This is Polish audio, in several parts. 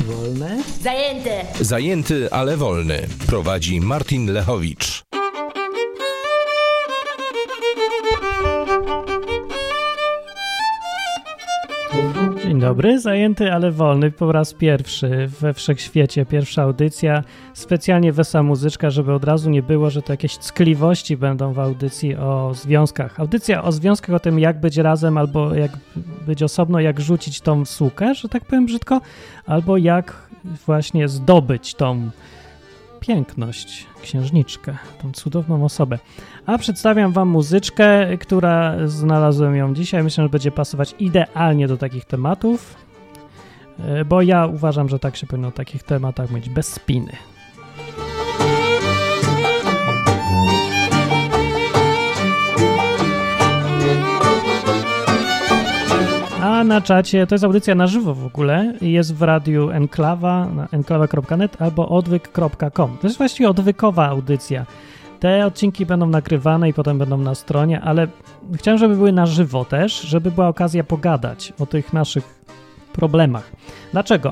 Wolne? Zajęty. Zajęty, ale wolny. Prowadzi Martin Lechowicz. Dzień dobry, zajęty, ale wolny po raz pierwszy we wszechświecie, pierwsza audycja, specjalnie wesoła muzyczka, żeby od razu nie było, że to jakieś ckliwości będą w audycji o związkach. Audycja o związkach, o tym jak być razem albo jak być osobno, jak rzucić tą sukę, że tak powiem brzydko, albo jak właśnie zdobyć tą piękność, księżniczkę, tą cudowną osobę. A przedstawiam wam muzyczkę, która znalazłem ją dzisiaj. Myślę, że będzie pasować idealnie do takich tematów, bo ja uważam, że tak się powinno o takich tematach mieć bez spiny. A na czacie, to jest audycja na żywo w ogóle, jest w radiu Enklawa, na enklawa.net albo odwyk.com. To jest właściwie odwykowa audycja. Te odcinki będą nagrywane i potem będą na stronie, ale chciałem, żeby były na żywo też, żeby była okazja pogadać o tych naszych problemach. Dlaczego?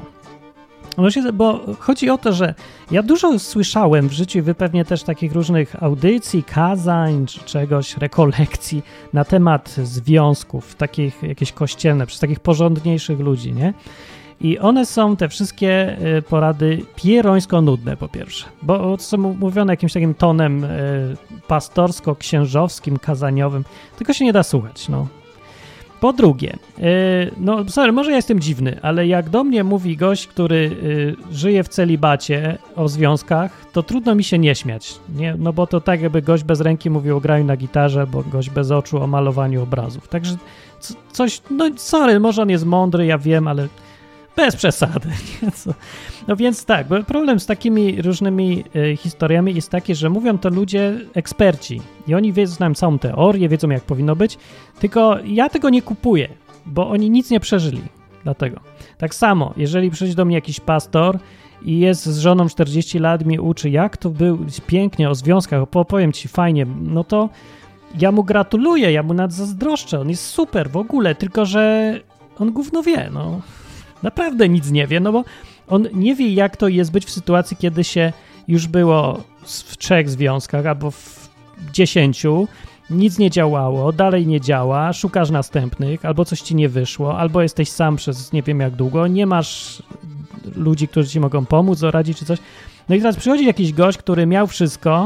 Bo chodzi o to, że ja dużo słyszałem w życiu, wy pewnie też takich różnych audycji, kazań czy czegoś, rekolekcji na temat związków, takich jakieś kościelne, przez takich porządniejszych ludzi, nie? I one są, te wszystkie porady, pierońsko nudne po pierwsze, bo są mówione jakimś takim tonem pastorsko-księżowskim, kazaniowym, tylko się nie da słuchać, no. Po drugie, no sorry, może ja jestem dziwny, ale jak do mnie mówi gość, który żyje w celibacie o związkach, to trudno mi się nie śmiać, nie? No bo to tak jakby gość bez ręki mówił o graniu na gitarze, bo gość bez oczu o malowaniu obrazów. Także coś, no sorry, może on jest mądry, ja wiem, ale bez przesady. Nie? No więc tak, bo problem z takimi różnymi historiami jest taki, że mówią to ludzie eksperci i oni znają całą teorię, wiedzą jak powinno być, tylko ja tego nie kupuję, bo oni nic nie przeżyli. Dlatego. Tak samo, jeżeli przyjdzie do mnie jakiś pastor i jest z żoną 40 lat, mi uczy, jak to było pięknie o związkach, opowiem ci fajnie, no to ja mu gratuluję, ja mu nadzazdroszczę, on jest super w ogóle, tylko że on gówno wie, no. Naprawdę nic nie wie, no bo on nie wie, jak to jest być w sytuacji, kiedy się już było w 3 związkach albo w 10, nic nie działało, dalej nie działa, szukasz następnych, albo coś ci nie wyszło, albo jesteś sam przez nie wiem jak długo, nie masz ludzi, którzy ci mogą pomóc, doradzić czy coś. No i teraz przychodzi jakiś gość, który miał wszystko,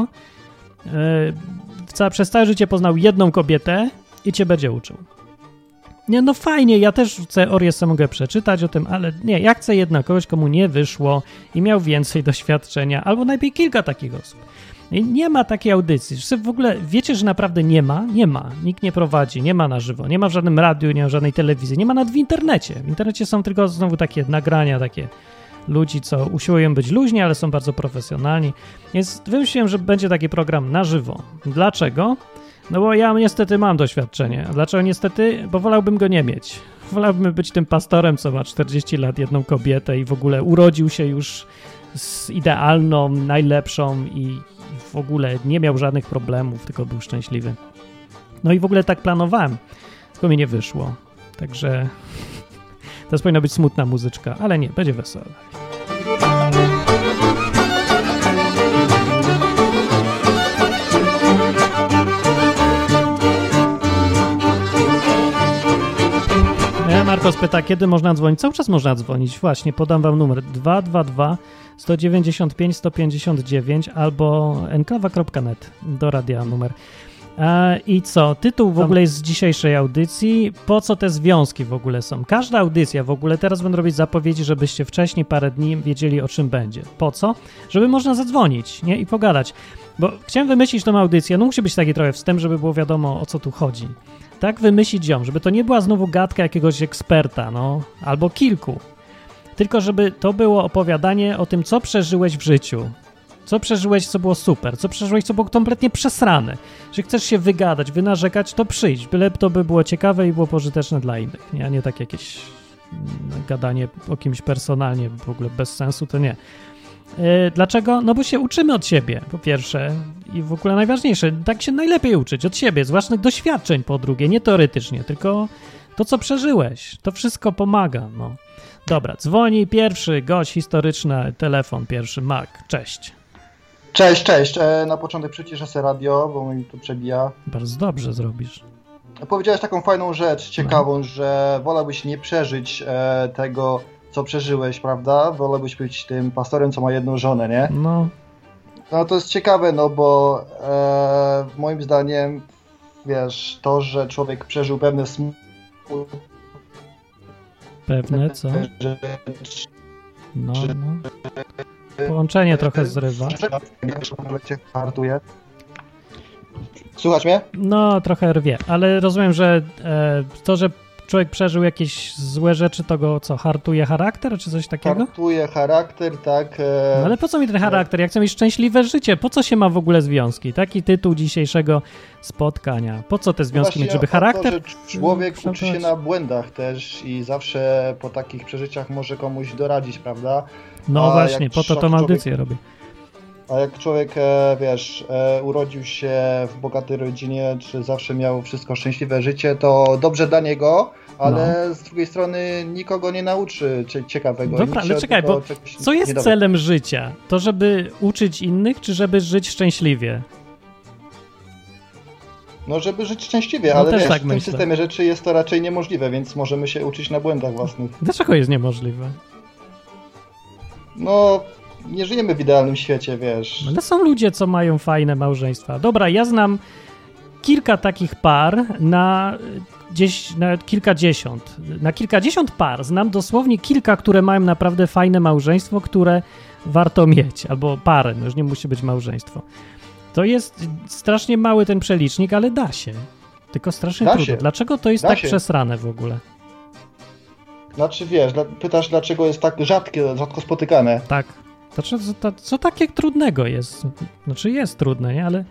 przez całe życie poznał jedną kobietę i cię będzie uczył. Nie, no fajnie, ja też teorię sobie mogę przeczytać o tym, ale nie, ja chcę jednak kogoś, komu nie wyszło i miał więcej doświadczenia, albo najlepiej kilka takich osób. I nie ma takiej audycji. W ogóle wiecie, że naprawdę nie ma? Nie ma. Nikt nie prowadzi, nie ma na żywo, nie ma w żadnym radiu, nie ma w żadnej telewizji, nie ma nawet w internecie. W internecie są tylko znowu takie nagrania, takie ludzi, co usiłują być luźni, ale są bardzo profesjonalni. Więc wymyśliłem, że będzie taki program na żywo. Dlaczego? No bo ja niestety mam doświadczenie. A dlaczego niestety? Bo wolałbym go nie mieć. Wolałbym być tym pastorem, co ma 40 lat, jedną kobietę i w ogóle urodził się już z idealną, najlepszą i w ogóle nie miał żadnych problemów, tylko był szczęśliwy. No i w ogóle tak planowałem, tylko mi nie wyszło. Także to powinna być smutna muzyczka, ale nie, będzie wesoła. Marcos pyta, kiedy można dzwonić? Cały czas można dzwonić. Właśnie, podam wam numer 222 195 159 albo enklawa.net do radia numer. I co? Tytuł w ogóle jest z dzisiejszej audycji. Po co te związki w ogóle są? Każda audycja w ogóle, teraz będę robić zapowiedzi, żebyście wcześniej parę dni wiedzieli, o czym będzie. Po co? Żeby można zadzwonić, nie? I pogadać. Bo chciałem wymyślić tą audycję, no musi być taki trochę wstęp, żeby było wiadomo, o co tu chodzi. Tak wymyślić ją, żeby to nie była znowu gadka jakiegoś eksperta, no, albo kilku. Tylko żeby to było opowiadanie o tym, co przeżyłeś w życiu. Co przeżyłeś, co było super, co przeżyłeś, co było kompletnie przesrane. Że chcesz się wygadać, wynarzekać, to przyjdź. Byle to by było ciekawe i było pożyteczne dla innych. Nie, a nie tak jakieś gadanie o kimś personalnie, w ogóle bez sensu, to nie. Dlaczego? No bo się uczymy od siebie, po pierwsze, i w ogóle najważniejsze, tak się najlepiej uczyć od siebie, z własnych doświadczeń, po drugie, nie teoretycznie, tylko to, co przeżyłeś, to wszystko pomaga, no. Dobra, dzwoni pierwszy gość historyczny, telefon pierwszy, Mac. Cześć. Cześć. Na początek przyciszę sobie radio, bo mi tu przebija. Bardzo dobrze zrobisz. Powiedziałeś taką fajną rzecz, ciekawą, że wolałbyś nie przeżyć tego, co przeżyłeś, prawda? Wolałbyś być tym pastorem, co ma jedną żonę, nie? No. No to jest ciekawe, no bo moim zdaniem, wiesz, to, że człowiek przeżył pewne Pewne, co? No. Połączenie trochę zrywa. Słuchać mnie? No, trochę rwie, ale rozumiem, że to, że człowiek przeżył jakieś złe rzeczy, to go co, hartuje charakter, czy coś takiego? Hartuje charakter, tak. No, ale po co mi ten charakter? Jak chcę mieć szczęśliwe życie? Po co się ma w ogóle związki? Taki tytuł dzisiejszego spotkania. Po co te związki mieć? Żeby charakter? To, że człowiek uczy się na błędach też i zawsze po takich przeżyciach może komuś doradzić, prawda? No właśnie, po to tą audycję robię. A jak człowiek, wiesz, urodził się w bogatej rodzinie, czy zawsze miał wszystko szczęśliwe życie, to dobrze dla niego, ale z drugiej strony nikogo nie nauczy ciekawego. Dobra, ale czekaj, bo co jest celem życia? To, żeby uczyć innych, czy żeby żyć szczęśliwie? No, żeby żyć szczęśliwie, no, ale wiesz, tak w tym systemie rzeczy jest to raczej niemożliwe, więc możemy się uczyć na błędach własnych. Dlaczego jest niemożliwe? No, nie żyjemy w idealnym świecie, wiesz. Ale są ludzie, co mają fajne małżeństwa. Dobra, ja znam kilka takich par na kilkadziesiąt. Na kilkadziesiąt par znam dosłownie kilka, które mają naprawdę fajne małżeństwo, które warto mieć. Albo parę, no już nie musi być małżeństwo. To jest strasznie mały ten przelicznik, ale da się. Tylko strasznie trudno. Dlaczego to jest tak przesrane w ogóle? Znaczy wiesz, pytasz dlaczego jest tak rzadko spotykane. Tak. Co takie trudnego jest? Znaczy jest trudne, nie? Ale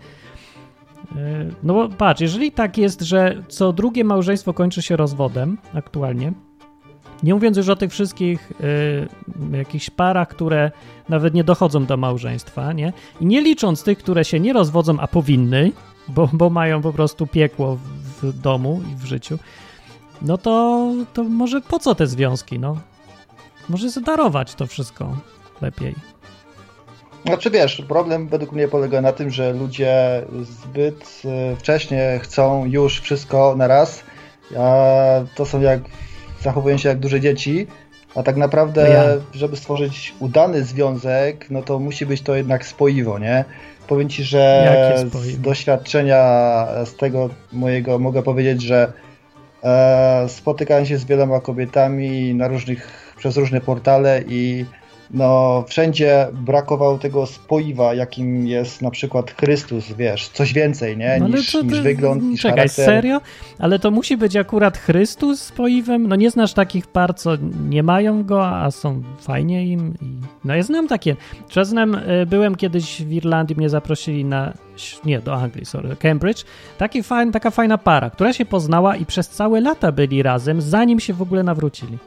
no bo patrz, jeżeli tak jest, że co drugie małżeństwo kończy się rozwodem aktualnie, nie mówiąc już o tych wszystkich jakichś parach, które nawet nie dochodzą do małżeństwa, nie? I nie licząc tych, które się nie rozwodzą, a powinny, bo mają po prostu piekło w domu i w życiu, no to może po co te związki, no? Może zdarować to wszystko lepiej. Znaczy wiesz, problem według mnie polega na tym, że ludzie zbyt wcześnie chcą już wszystko na raz, a to są zachowują się jak duże dzieci, a tak naprawdę, żeby stworzyć udany związek, no to musi być to jednak spoiwo, nie? Powiem ci, że z doświadczenia z tego mojego mogę powiedzieć, że spotykałem się z wieloma kobietami przez różne portale i no wszędzie brakowało tego spoiwa, jakim jest na przykład Chrystus, wiesz, coś więcej, nie? No niż wygląd, niż czekaj, charakter. Serio? Ale to musi być akurat Chrystus z spoiwem? No nie znasz takich par, co nie mają go, a są fajnie im? No ja znam takie. Czasem byłem kiedyś w Irlandii, mnie zaprosili do Anglii, Cambridge. Taka fajna para, która się poznała i przez całe lata byli razem, zanim się w ogóle nawrócili.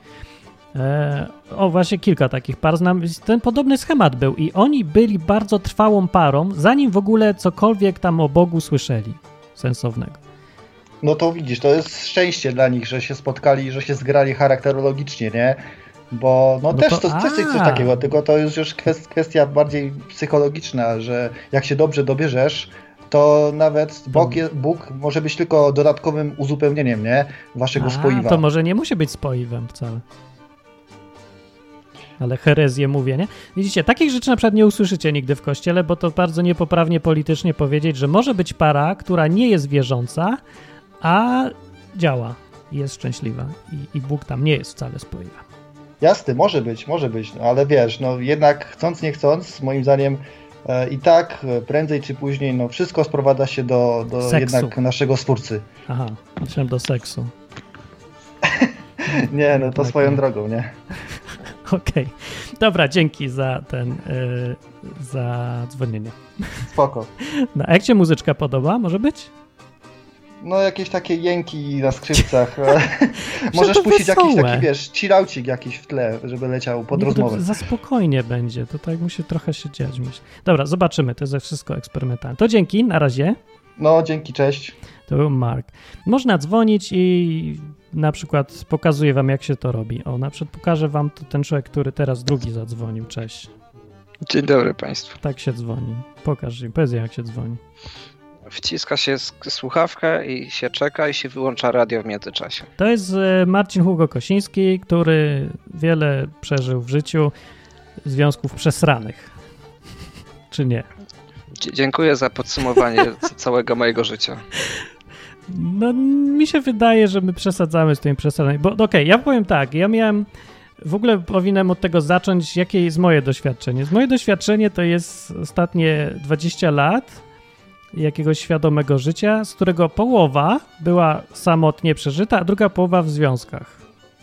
Właśnie kilka takich par znam. Ten podobny schemat był i oni byli bardzo trwałą parą, zanim w ogóle cokolwiek tam o Bogu słyszeli sensownego. No to widzisz, to jest szczęście dla nich, że się spotkali, że się zgrali charakterologicznie, nie? Bo też to jest coś takiego, tylko to jest już kwestia bardziej psychologiczna, że jak się dobrze dobierzesz, to nawet Bóg może być tylko dodatkowym uzupełnieniem, nie? Waszego spoiwa. To może nie musi być spoiwem wcale. Ale herezję mówię, nie? Widzicie, takich rzeczy na przykład nie usłyszycie nigdy w kościele, bo to bardzo niepoprawnie politycznie powiedzieć, że może być para, która nie jest wierząca, a działa i jest szczęśliwa i Bóg tam nie jest wcale spoiwa. Jasne, może być, no, ale wiesz, no jednak chcąc nie chcąc, moim zdaniem i tak prędzej czy później, no wszystko sprowadza się do jednak naszego Stwórcy. Aha, myślałem do seksu. Nie, no to swoją drogą, nie? Okej. Dobra, dzięki za za dzwonienie. Spoko. No, a jak cię muzyczka podoba? Może być? No jakieś takie jęki na skrzypcach. Możesz puścić jakiś taki, wiesz, chillaucik jakiś w tle, żeby leciał pod rozmowę. To za spokojnie będzie, to tak musi trochę się dziać, myślę. Dobra, zobaczymy, to jest wszystko eksperymentalne. To dzięki, na razie. No, dzięki, cześć. To był Mark. Można dzwonić i na przykład pokazuję wam, jak się to robi. O, na przykład pokażę wam to ten człowiek, który teraz drugi zadzwonił. Cześć. Dzień dobry Państwu. Tak się dzwoni. Pokaż im, powiedz jak się dzwoni. Wciska się słuchawkę i się czeka i się wyłącza radio w międzyczasie. To jest Marcin Hugo Kosiński, który wiele przeżył w życiu związków przesranych. Czy nie? Dziękuję za podsumowanie całego mojego życia. No, mi się wydaje, że my przesadzamy z tymi przesadzami. Bo okej, ja powiem tak, ja miałem... W ogóle powinienem od tego zacząć, jakie jest moje doświadczenie. Moje doświadczenie to jest ostatnie 20 lat jakiegoś świadomego życia, z którego połowa była samotnie przeżyta, a druga połowa w związkach.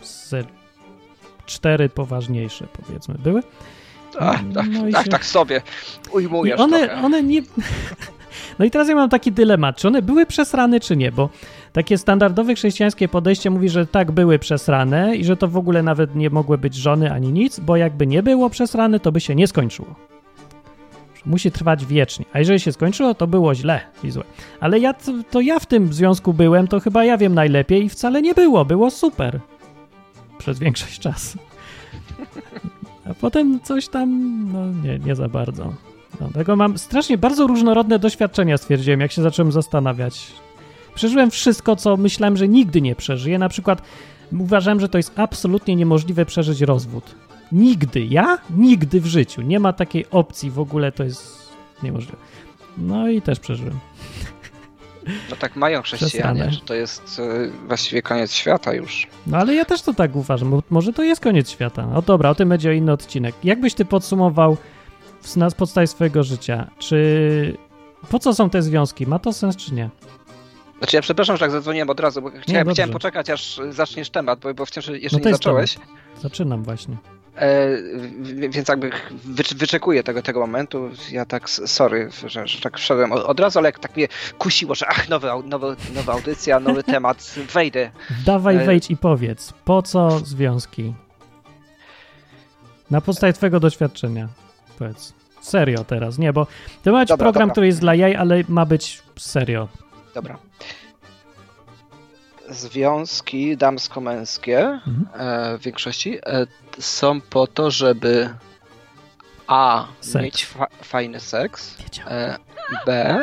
4 poważniejsze, powiedzmy, były. Tak sobie ujmujesz one nie... No i teraz ja mam taki dylemat, czy one były przesrane, czy nie, bo takie standardowe chrześcijańskie podejście mówi, że tak, były przesrane i że to w ogóle nawet nie mogły być żony ani nic, bo jakby nie było przesrane, to by się nie skończyło. Musi trwać wiecznie, a jeżeli się skończyło, to było źle i złe. Ale ja w tym związku byłem, to chyba ja wiem najlepiej i wcale nie było super. Przez większość czasu. A potem coś tam, no nie za bardzo. Dlatego mam strasznie bardzo różnorodne doświadczenia, stwierdziłem, jak się zacząłem zastanawiać. Przeżyłem wszystko, co myślałem, że nigdy nie przeżyję. Na przykład uważałem, że to jest absolutnie niemożliwe przeżyć rozwód. Nigdy w życiu. Nie ma takiej opcji w ogóle, to jest niemożliwe. No i też przeżyłem. No tak mają chrześcijanie, że to jest właściwie koniec świata już. No ale ja też to tak uważam, bo może to jest koniec świata. No dobra, o tym będzie inny odcinek. Jak byś ty podsumował na podstawie swojego życia? Po co są te związki? Ma to sens, czy nie? Znaczy ja przepraszam, że tak zadzwoniłem od razu, bo chciałem poczekać, aż zaczniesz temat, bo wciąż jeszcze nie zacząłeś. Temat. Zaczynam właśnie. Więc jakby wyczekuję tego momentu. Ja tak, sorry, że tak wszedłem od razu, ale jak tak mnie kusiło, że nowa audycja, nowy temat, wejdę. Dawaj, wejdź i powiedz, po co związki? Na podstawie twojego doświadczenia. Powiedz. Serio teraz, nie, bo to ma być program, który jest dla jaj, ale ma być serio. Dobra. Związki damsko-męskie w większości są po to, żeby mieć fajny seks, b,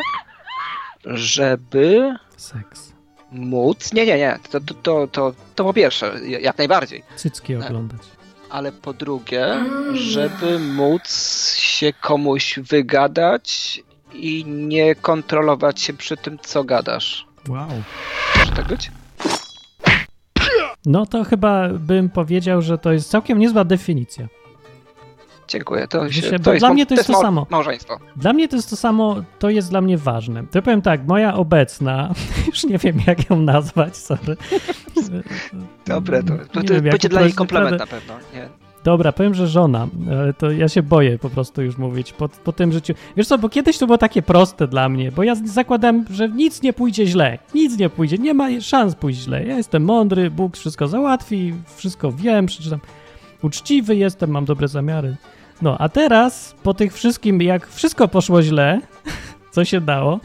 żeby móc... Nie. To po pierwsze, jak najbardziej. Cycki oglądać. Ale po drugie, żeby móc się komuś wygadać i nie kontrolować się przy tym, co gadasz. Wow. Może tak być? No to chyba bym powiedział, że to jest całkiem niezła definicja. Dziękuję. Dla mnie to jest to samo. Małżeństwo. Dla mnie to jest to samo, to jest dla mnie ważne. To powiem tak, moja obecna, już nie wiem jak ją nazwać, sorry. Dobre, to będzie dla niej komplement na pewno. Nie. Dobra, powiem, że żona, ale to ja się boję po prostu już mówić po tym życiu. Wiesz co, bo kiedyś to było takie proste dla mnie, bo ja zakładam, że nic nie pójdzie źle, nie ma szans pójść źle. Ja jestem mądry, Bóg wszystko załatwi, wszystko wiem, przeczytam, uczciwy jestem, mam dobre zamiary. No, a teraz, po tych wszystkim, jak wszystko poszło źle, co się dało,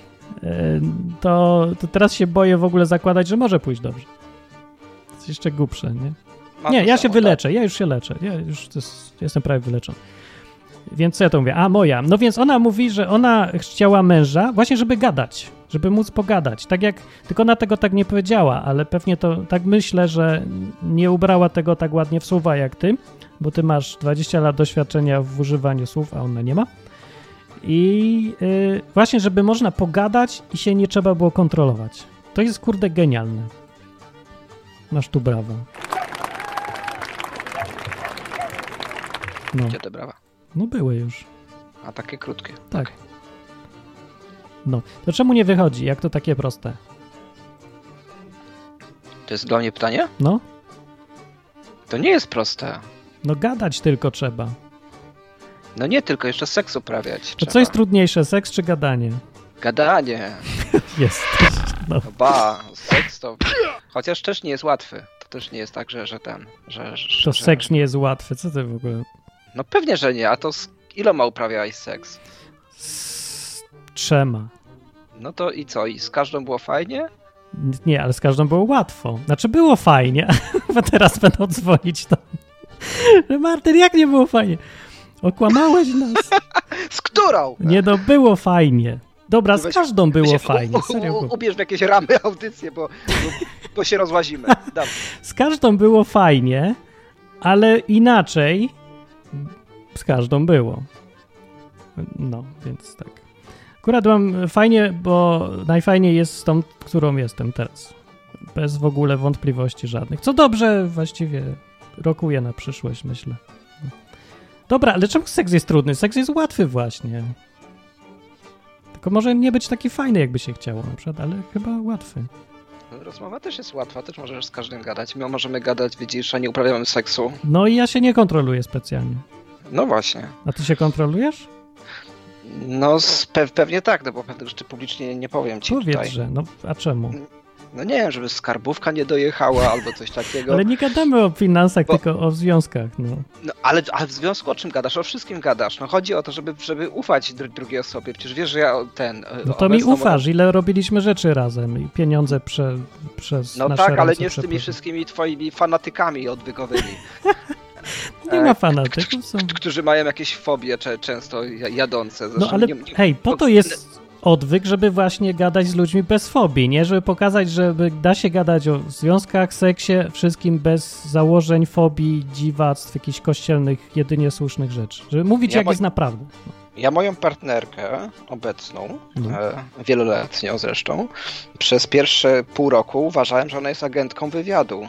to teraz się boję w ogóle zakładać, że może pójść dobrze. To jest jeszcze głupsze, nie? Nie, ja się wyleczę, ja już się leczę, jestem prawie wyleczony. Więc co ja to mówię? Moja. No więc ona mówi, że ona chciała męża właśnie, żeby gadać, żeby móc pogadać. Tak jak, tylko ona tego tak nie powiedziała, ale pewnie to tak myślę, że nie ubrała tego tak ładnie w słowa jak ty, bo ty masz 20 lat doświadczenia w używaniu słów, a ona nie ma. I właśnie, żeby można pogadać i się nie trzeba było kontrolować. To jest kurde genialne. Masz tu brawo. Gdzie te brawa? No były już. A takie krótkie. Tak. Okay. No, to czemu nie wychodzi, jak to takie proste? To jest dla mnie pytanie? No. To nie jest proste. No gadać tylko trzeba. No nie tylko, jeszcze seks uprawiać. To co jest trudniejsze, seks czy gadanie? Gadanie. Jest. No. Seks to... Chociaż też nie jest łatwy. To też nie jest tak, że seks nie jest łatwy, co ty w ogóle... No pewnie, że nie, a to z iloma uprawiałeś seks? Z 3. No to i co? I z każdą było fajnie? Nie, ale z każdą było łatwo. Znaczy było fajnie, bo teraz będą dzwonić to. Martin, jak nie było fajnie? Okłamałeś nas. Z którą? Nie, no było fajnie. Dobra, z każdą było fajnie. Serio. Ubierz w jakieś ramy audycję, bo się rozłazimy. Dobra. Z każdą było fajnie, ale inaczej z każdą było. No, więc tak. Akurat mam fajnie, bo najfajniej jest z tą, którą jestem teraz. Bez w ogóle wątpliwości żadnych. Co dobrze właściwie rokuje na przyszłość, myślę. Dobra, ale czemu seks jest trudny? Seks jest łatwy właśnie. Tylko może nie być taki fajny, jakby się chciało na przykład, ale chyba łatwy. Rozmowa też jest łatwa, też możesz z każdym gadać. My możemy gadać, widzisz, a nie uprawiamy seksu. No i ja się nie kontroluję specjalnie. No właśnie. A ty się kontrolujesz? No pewnie tak, no bo pewnych rzeczy publicznie nie powiem ci Powiedz, tutaj. że. No, a czemu? No nie wiem, żeby skarbówka nie dojechała albo coś takiego. Ale nie gadamy o finansach, tylko o związkach, no. No, ale w związku o czym gadasz? O wszystkim gadasz. No chodzi o to, żeby ufać drugiej osobie. Przecież wiesz, że ja No to mi ufasz, ile robiliśmy rzeczy razem i pieniądze przez no nasze tak, ale ręce nie z tymi wszystkimi twoimi fanatykami odwykowymi. Nie ma fanatyków, są. Którzy mają jakieś fobie często jadące. Zresztą No ale hej, po to jest odwyk, żeby właśnie gadać z ludźmi bez fobii, nie? Żeby pokazać, że da się gadać o związkach, seksie, wszystkim bez założeń, fobii, dziwactw, jakichś kościelnych, jedynie słusznych rzeczy. Żeby mówić, jak jest naprawdę. Ja moją partnerkę obecną, wieloletnią zresztą, przez pierwsze pół roku uważałem, że ona jest agentką wywiadu.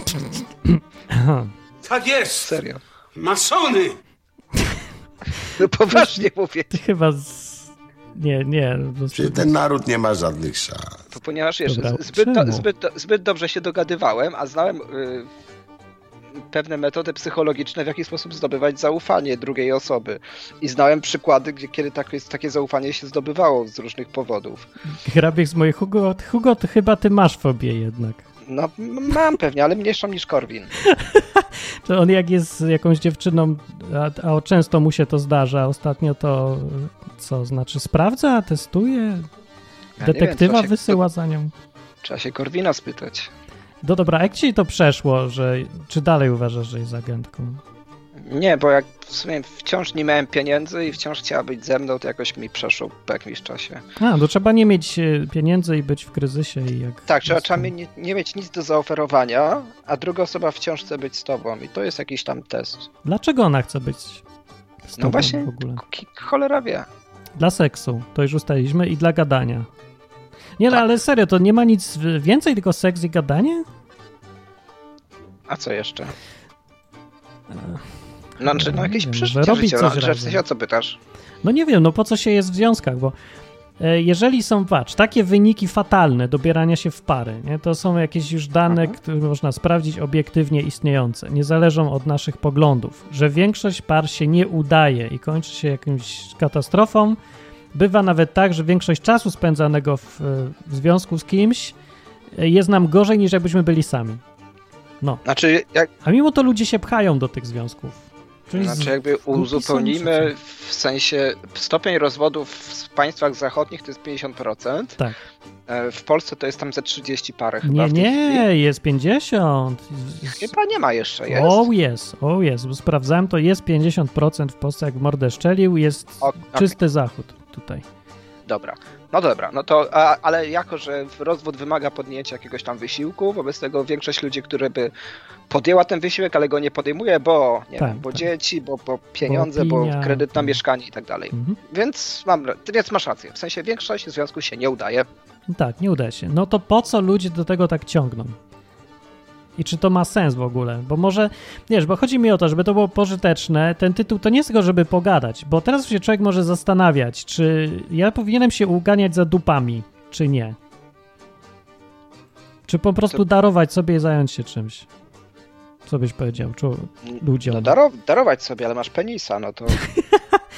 Tak jest! Serio. Masony! No poważnie mówię. Ty chyba Nie. Czyli ten naród nie ma żadnych szans. To ponieważ wiesz, Dobra, zbyt dobrze się dogadywałem, a znałem pewne metody psychologiczne, w jaki sposób zdobywać zaufanie drugiej osoby. I znałem przykłady, kiedy takie zaufanie się zdobywało z różnych powodów. Hrabiek z mojej Hugo, to chyba ty masz fobię jednak. No, mam pewnie, ale mniejszą niż Korwin. To on jak jest z jakąś dziewczyną, a często mu się to zdarza, ostatnio to co, znaczy sprawdza, testuje, detektywa wysyła za nią. Trzeba się Korwina spytać. No dobra, jak ci to przeszło, czy dalej uważasz, że jest agentką? Nie, bo jak w sumie wciąż nie miałem pieniędzy i wciąż chciała być ze mną, to jakoś mi przeszło po jakimś czasie. To trzeba nie mieć pieniędzy i być w kryzysie. Tak, trzeba nie mieć nic do zaoferowania, a druga osoba wciąż chce być z tobą i to jest jakiś tam test. Dlaczego ona chce być z tobą no właśnie, w ogóle? Cholera wie. Dla seksu, to już ustaliliśmy, i dla gadania. Nie, tak. No ale serio, to nie ma nic więcej, tylko seks i gadanie? A co jeszcze? No jakieś przeżycie życie. O co pytasz? No nie wiem, po co się jest w związkach, bo jeżeli są, takie wyniki fatalne dobierania się w pary, nie, to są jakieś już dane, które można sprawdzić obiektywnie istniejące, nie zależą od naszych poglądów, że większość par się nie udaje i kończy się jakąś katastrofą. Bywa nawet tak, że większość czasu spędzanego w związku z kimś jest nam gorzej, niż jakbyśmy byli sami. No. Znaczy, A mimo to ludzie się pchają do tych związków. Czyli jakby uzupełnimy w sensie stopień rozwodów w państwach zachodnich to jest 50%. Tak. W Polsce to jest tam ze 30 parę chyba. Nie, jest 50. Chyba nie ma jeszcze, jest? Jest, bo sprawdzałem, to jest 50% w Polsce, jak w mordę szczelił, jest czysty zachód tutaj. Dobra, no to, ale jako, że rozwód wymaga podjęcia jakiegoś tam wysiłku, wobec tego większość ludzi, które by podjęła ten wysiłek, ale go nie podejmuje, bo dzieci, bo pieniądze, bo kredyt na mieszkanie i tak dalej. Więc masz rację, w sensie większość związku się nie udaje. Tak, nie uda się. No to po co ludzie do tego tak ciągną? I czy to ma sens w ogóle? Bo może, bo chodzi mi o to, żeby to było pożyteczne. Ten tytuł to nie jest tylko, żeby pogadać, bo teraz się człowiek może zastanawiać, czy ja powinienem się uganiać za dupami, czy nie. Czy po prostu darować sobie i zająć się czymś. Co byś powiedział ludziom? No darować sobie, ale masz penisa, no to...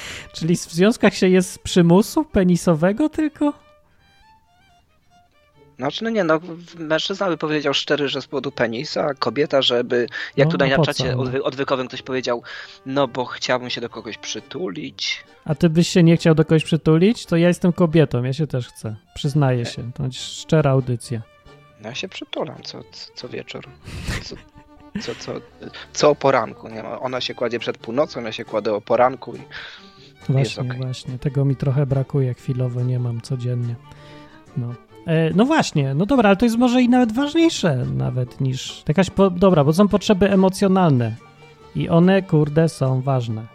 Czyli w związkach się jest z przymusu penisowego tylko? Znaczy, mężczyzna by powiedział szczery, że z powodu penisa, a kobieta, żeby, jak tutaj na czacie odwykowym ktoś powiedział, no bo chciałbym się do kogoś przytulić. A ty byś się nie chciał do kogoś przytulić? To ja jestem kobietą, ja się też chcę. Przyznaję się, to szczera audycja. No ja się przytulam co wieczór. Co o poranku. Nie? Ona się kładzie przed północą, ja się kładę o poranku i Właśnie, tego mi trochę brakuje chwilowo, nie mam codziennie. No właśnie, no dobra, ale to jest może i nawet ważniejsze nawet niż dobra, bo są potrzeby emocjonalne i one, kurde, są ważne.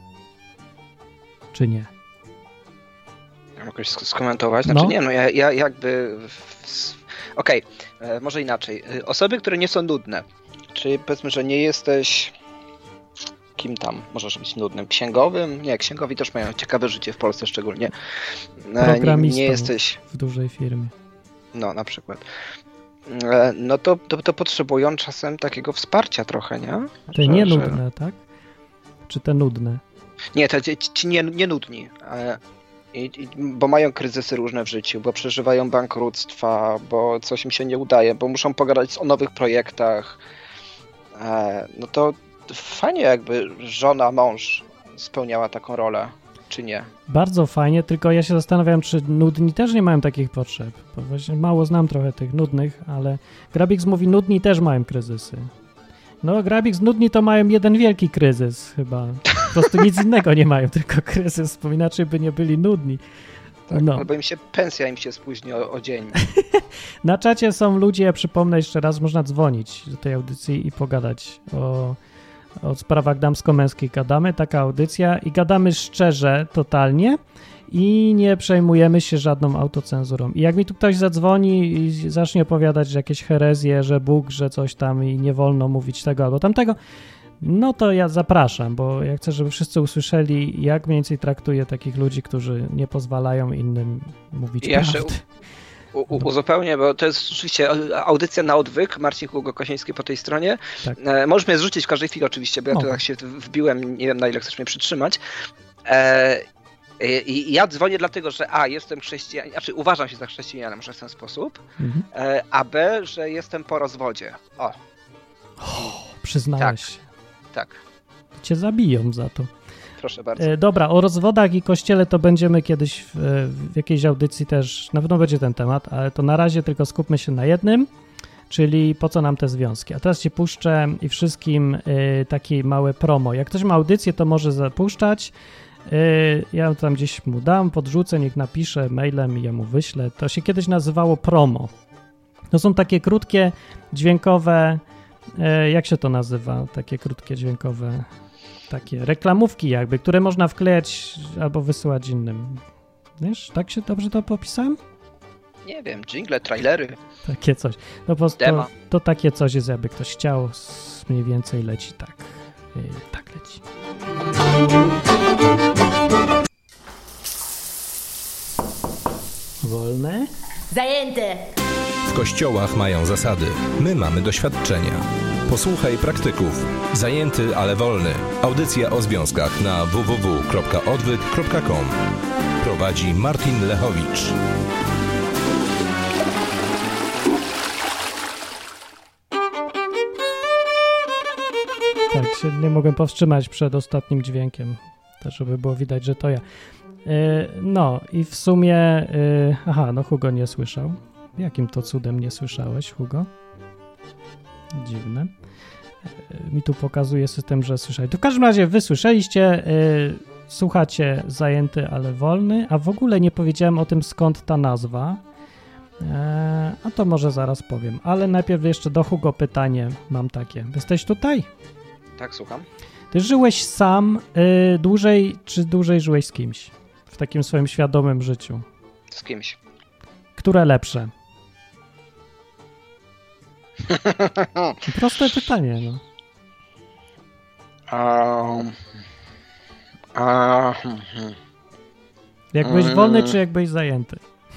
Czy nie? Mam jakoś skomentować? Znaczy ja jakby... Okej, może inaczej. Osoby, które nie są nudne, czyli powiedzmy, że nie jesteś... Kim tam możesz być nudnym? Księgowym? Nie, księgowi też mają ciekawe życie w Polsce szczególnie. Programistą nie jesteś w dużej firmie. No, na przykład. No to potrzebują czasem takiego wsparcia trochę, nie? Te nienudne, tak? Czy te nudne? Nie, ci nie nudni. Bo mają kryzysy różne w życiu, bo przeżywają bankructwa, bo coś im się nie udaje, bo muszą pogadać o nowych projektach. No to fajnie jakby żona, mąż spełniała taką rolę, czy nie? Bardzo fajnie, tylko ja się zastanawiam, czy nudni też nie mają takich potrzeb, bo właśnie mało znam trochę tych nudnych, ale Grabix mówi, nudni też mają kryzysy. No, Grabix, nudni to mają jeden wielki kryzys chyba. Po prostu nic innego nie mają, tylko kryzys, bo inaczej by nie byli nudni. Tak, no. Albo pensja im się spóźni o dzień. Na czacie są ludzie, przypomnę jeszcze raz, można dzwonić do tej audycji i pogadać o sprawach damsko-męskich. Gadamy, taka audycja i gadamy szczerze, totalnie i nie przejmujemy się żadną autocenzurą. I jak mi tu ktoś zadzwoni i zacznie opowiadać, że jakieś herezje, że Bóg, że coś tam i nie wolno mówić tego albo tamtego, no to ja zapraszam, bo ja chcę, żeby wszyscy usłyszeli, jak mniej więcej traktuję takich ludzi, którzy nie pozwalają innym mówić prawdy. Uzupełnię, bo to jest rzeczywiście audycja na odwyk. Marcin Hugo-Kosiński po tej stronie. Tak. Możesz mnie zrzucić w każdej chwili oczywiście, bo ja tu tak się wbiłem, nie wiem na ile chcesz mnie przytrzymać. I ja dzwonię dlatego, że jestem chrześcijaninem, znaczy uważam się za chrześcijaninem, może w ten sposób, a B, że jestem po rozwodzie. Przyznałeś się. Tak. Cię zabiją za to. Proszę bardzo. Dobra, o rozwodach i kościele to będziemy kiedyś w jakiejś audycji też, na pewno będzie ten temat, ale to na razie tylko skupmy się na jednym, czyli po co nam te związki. A teraz ci puszczę i wszystkim takie małe promo. Jak ktoś ma audycję, to może zapuszczać. Ja tam gdzieś mu dam, podrzucę, niech napisze mailem i ja mu wyślę. To się kiedyś nazywało promo. To są takie krótkie, dźwiękowe, jak się to nazywa? Takie krótkie, dźwiękowe, takie reklamówki jakby, które można wklejać albo wysyłać innym. Wiesz, tak się dobrze to popisałem? Nie wiem, dżingle, trailery. Takie coś. No po prostu to takie coś jest, jakby ktoś chciał, mniej więcej leci tak. Tak leci. Wolne? Zajęte! W kościołach mają zasady. My mamy doświadczenia. Posłuchaj praktyków. Zajęty, ale wolny. Audycja o związkach na www.odwyk.com. Prowadzi Martin Lechowicz. Tak, się nie mogłem powstrzymać przed ostatnim dźwiękiem, też żeby było widać, że to ja. No i w sumie... no Hugo nie słyszał. Jakim to cudem nie słyszałeś, Hugo? Dziwne. Mi tu pokazuje system, że słyszałeś. To w każdym razie wy słyszeliście, słuchacie Zajęty, ale wolny, a w ogóle nie powiedziałem o tym, skąd ta nazwa. A to może zaraz powiem. Ale najpierw jeszcze do Hugo pytanie mam takie. Jesteś tutaj? Tak, słucham. Ty żyłeś sam dłużej, czy dłużej żyłeś z kimś? W takim swoim świadomym życiu. Z kimś. Które lepsze? Proste pytanie, no. Jak byłeś wolny, czy jak byłeś zajęty?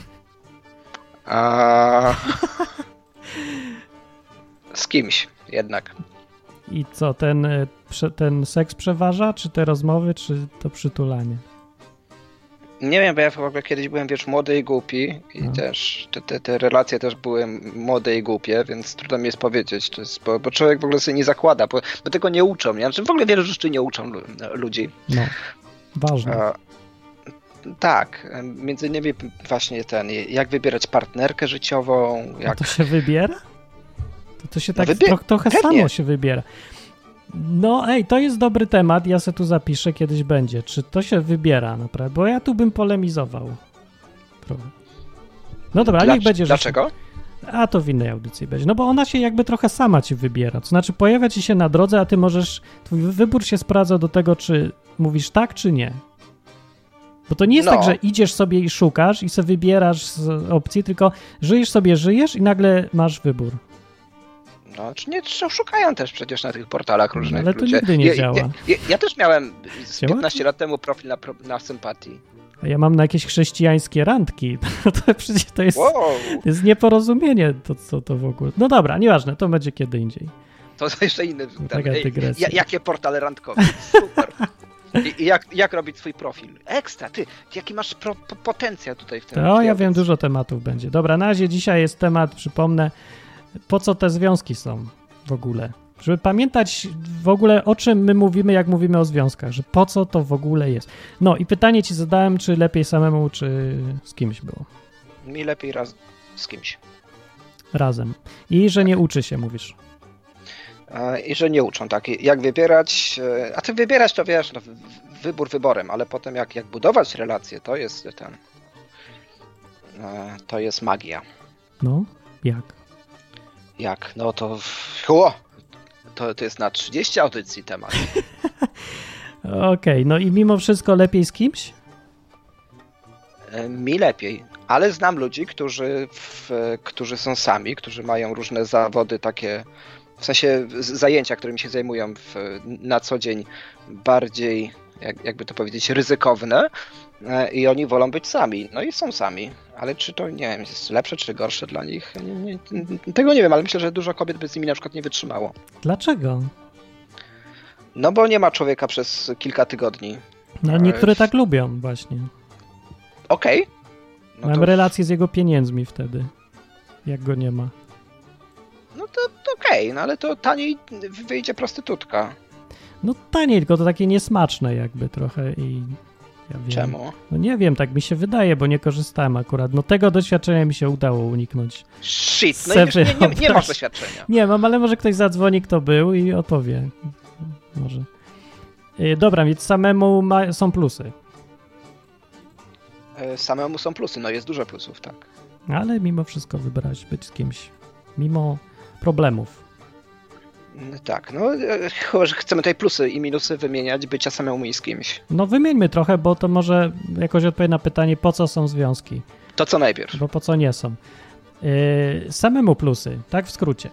Z kimś jednak. I co, ten seks przeważa, czy te rozmowy, czy to przytulanie? Nie wiem, bo ja w ogóle kiedyś byłem, wiesz, młody i głupi i też te relacje też były młode i głupie, więc trudno mi jest powiedzieć, to jest, bo człowiek w ogóle sobie nie zakłada, bo tego nie uczą, nie? Znaczy w ogóle wiele rzeczy nie uczą ludzi. No, ważne. Tak, między innymi właśnie jak wybierać partnerkę życiową. A to się wybiera? To się tak trochę pewnie. samo się wybiera. No to jest dobry temat, ja se tu zapiszę, kiedyś będzie. Czy to się wybiera naprawdę? Bo ja tu bym polemizował. Trochę. No dobra, niech będzie. Dlaczego? A to w innej audycji będzie. No bo ona się jakby trochę sama ci wybiera. To znaczy pojawia ci się na drodze, a ty twój wybór się sprawdza do tego, czy mówisz tak, czy nie. Bo to nie jest tak, że idziesz sobie i szukasz i sobie wybierasz z opcji, tylko żyjesz i nagle masz wybór. No, czy nie szukają też przecież na tych portalach różnych ale to nigdy nie działa. Ja też miałem 15 lat temu profil na sympatii. A ja mam na jakieś chrześcijańskie randki. To przecież to jest nieporozumienie, to w ogóle. No dobra, nieważne, to będzie kiedy indziej. To jeszcze inny. Jakie portale randkowe? Super. I jak robić swój profil? Ekstra, ty jaki masz potencjał tutaj w tym? Ja wiem, dużo tematów będzie. Dobra, na razie dzisiaj jest temat, przypomnę, po co te związki są w ogóle. Żeby pamiętać w ogóle, o czym my mówimy, jak mówimy o związkach, że po co to w ogóle jest. No i pytanie ci zadałem, czy lepiej samemu, czy z kimś było? Mi lepiej z kimś. Razem. I że nie uczy się, mówisz. I że nie uczą, tak. Jak wybierać, a ty wybierać to wiesz, no, wybór wyborem, ale potem jak budować relacje, to jest to jest magia. No, jak? Jak? No to jest na 30 audycji temat. Okej, no i mimo wszystko lepiej z kimś? Mi lepiej, ale znam ludzi, którzy są sami, którzy mają różne zawody takie, w sensie zajęcia, którymi się zajmują na co dzień bardziej, jakby to powiedzieć, ryzykowne i oni wolą być sami. No i są sami, ale czy to, nie wiem, jest lepsze czy gorsze dla nich? Tego nie wiem, ale myślę, że dużo kobiet by z nimi na przykład nie wytrzymało. Dlaczego? No bo nie ma człowieka przez kilka tygodni. No niektóre tak lubią właśnie. Okej. No mam relację z jego pieniędzmi wtedy, jak go nie ma. No to okej, no ale to taniej wyjdzie prostytutka. No taniej, tylko to takie niesmaczne jakby trochę i ja wiem. Czemu? No nie wiem, tak mi się wydaje, bo nie korzystałem akurat. No tego doświadczenia mi się udało uniknąć. Shit, no nie masz doświadczenia. Nie mam, ale może ktoś zadzwoni, kto był i odpowie. Może. Dobra, więc samemu są plusy. Samemu są plusy, no jest dużo plusów, tak. Ale mimo wszystko wybrać być z kimś. Mimo problemów. Tak, no chyba, że chcemy tutaj plusy i minusy wymieniać bycia samemu i z kimś. No wymieńmy trochę, bo to może jakoś odpowie na pytanie, po co są związki. To co najpierw. Bo po co nie są. Samemu plusy, tak w skrócie.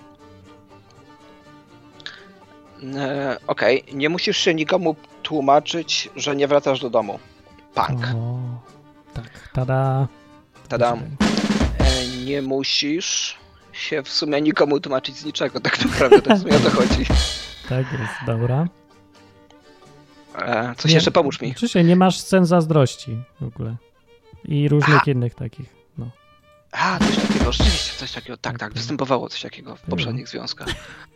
Okej, nie musisz się nikomu tłumaczyć, że nie wracasz do domu. Punk. O, tak, tada. Nie musisz się w sumie nikomu tłumaczyć z niczego, tak naprawdę, to w sumie o to chodzi. Tak jest, dobra. Coś jeszcze, pomóż mi. Oczywiście nie masz scen zazdrości w ogóle. I różnych innych takich, no. Coś takiego, rzeczywiście, coś takiego, tak, występowało coś takiego w poprzednich związkach.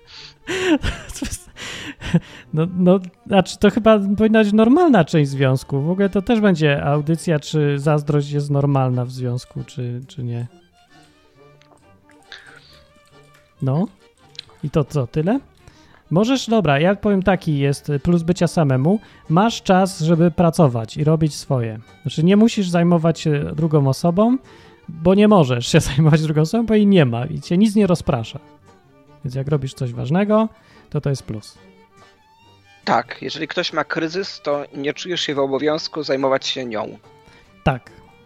No, znaczy to chyba powinna być normalna część związku. W ogóle to też będzie audycja, czy zazdrość jest normalna w związku, czy nie. No. I to co, tyle? Możesz, dobra, ja powiem taki jest plus bycia samemu. Masz czas, żeby pracować i robić swoje. Znaczy nie musisz zajmować się drugą osobą, bo nie możesz się zajmować drugą osobą, bo jej nie ma i cię nic nie rozprasza. Więc jak robisz coś ważnego, to jest plus. Tak, jeżeli ktoś ma kryzys, to nie czujesz się w obowiązku zajmować się nią. Tak.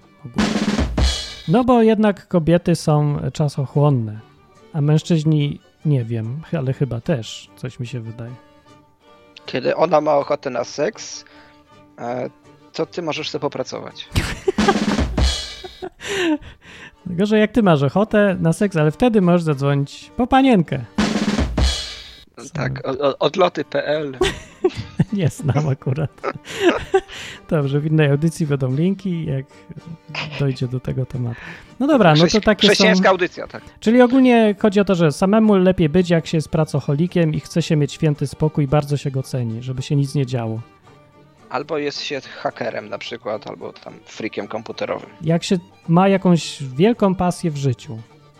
No bo jednak kobiety są czasochłonne, a mężczyźni nie wiem, ale chyba też, coś mi się wydaje. Kiedy ona ma ochotę na seks, to ty możesz sobie popracować. Tylko, że jak ty masz ochotę na seks, ale wtedy możesz zadzwonić po panienkę. Tak, odloty.pl. Nie znam akurat. Dobrze, w innej audycji będą linki, jak dojdzie do tego tematu. No dobra, no to takie chrześcijańska audycja, tak. Czyli ogólnie chodzi o to, że samemu lepiej być, jak się jest pracocholikiem i chce się mieć święty spokój, bardzo się go ceni, żeby się nic nie działo. Albo jest się hakerem na przykład, albo tam freakiem komputerowym. Jak się ma jakąś wielką pasję w życiu.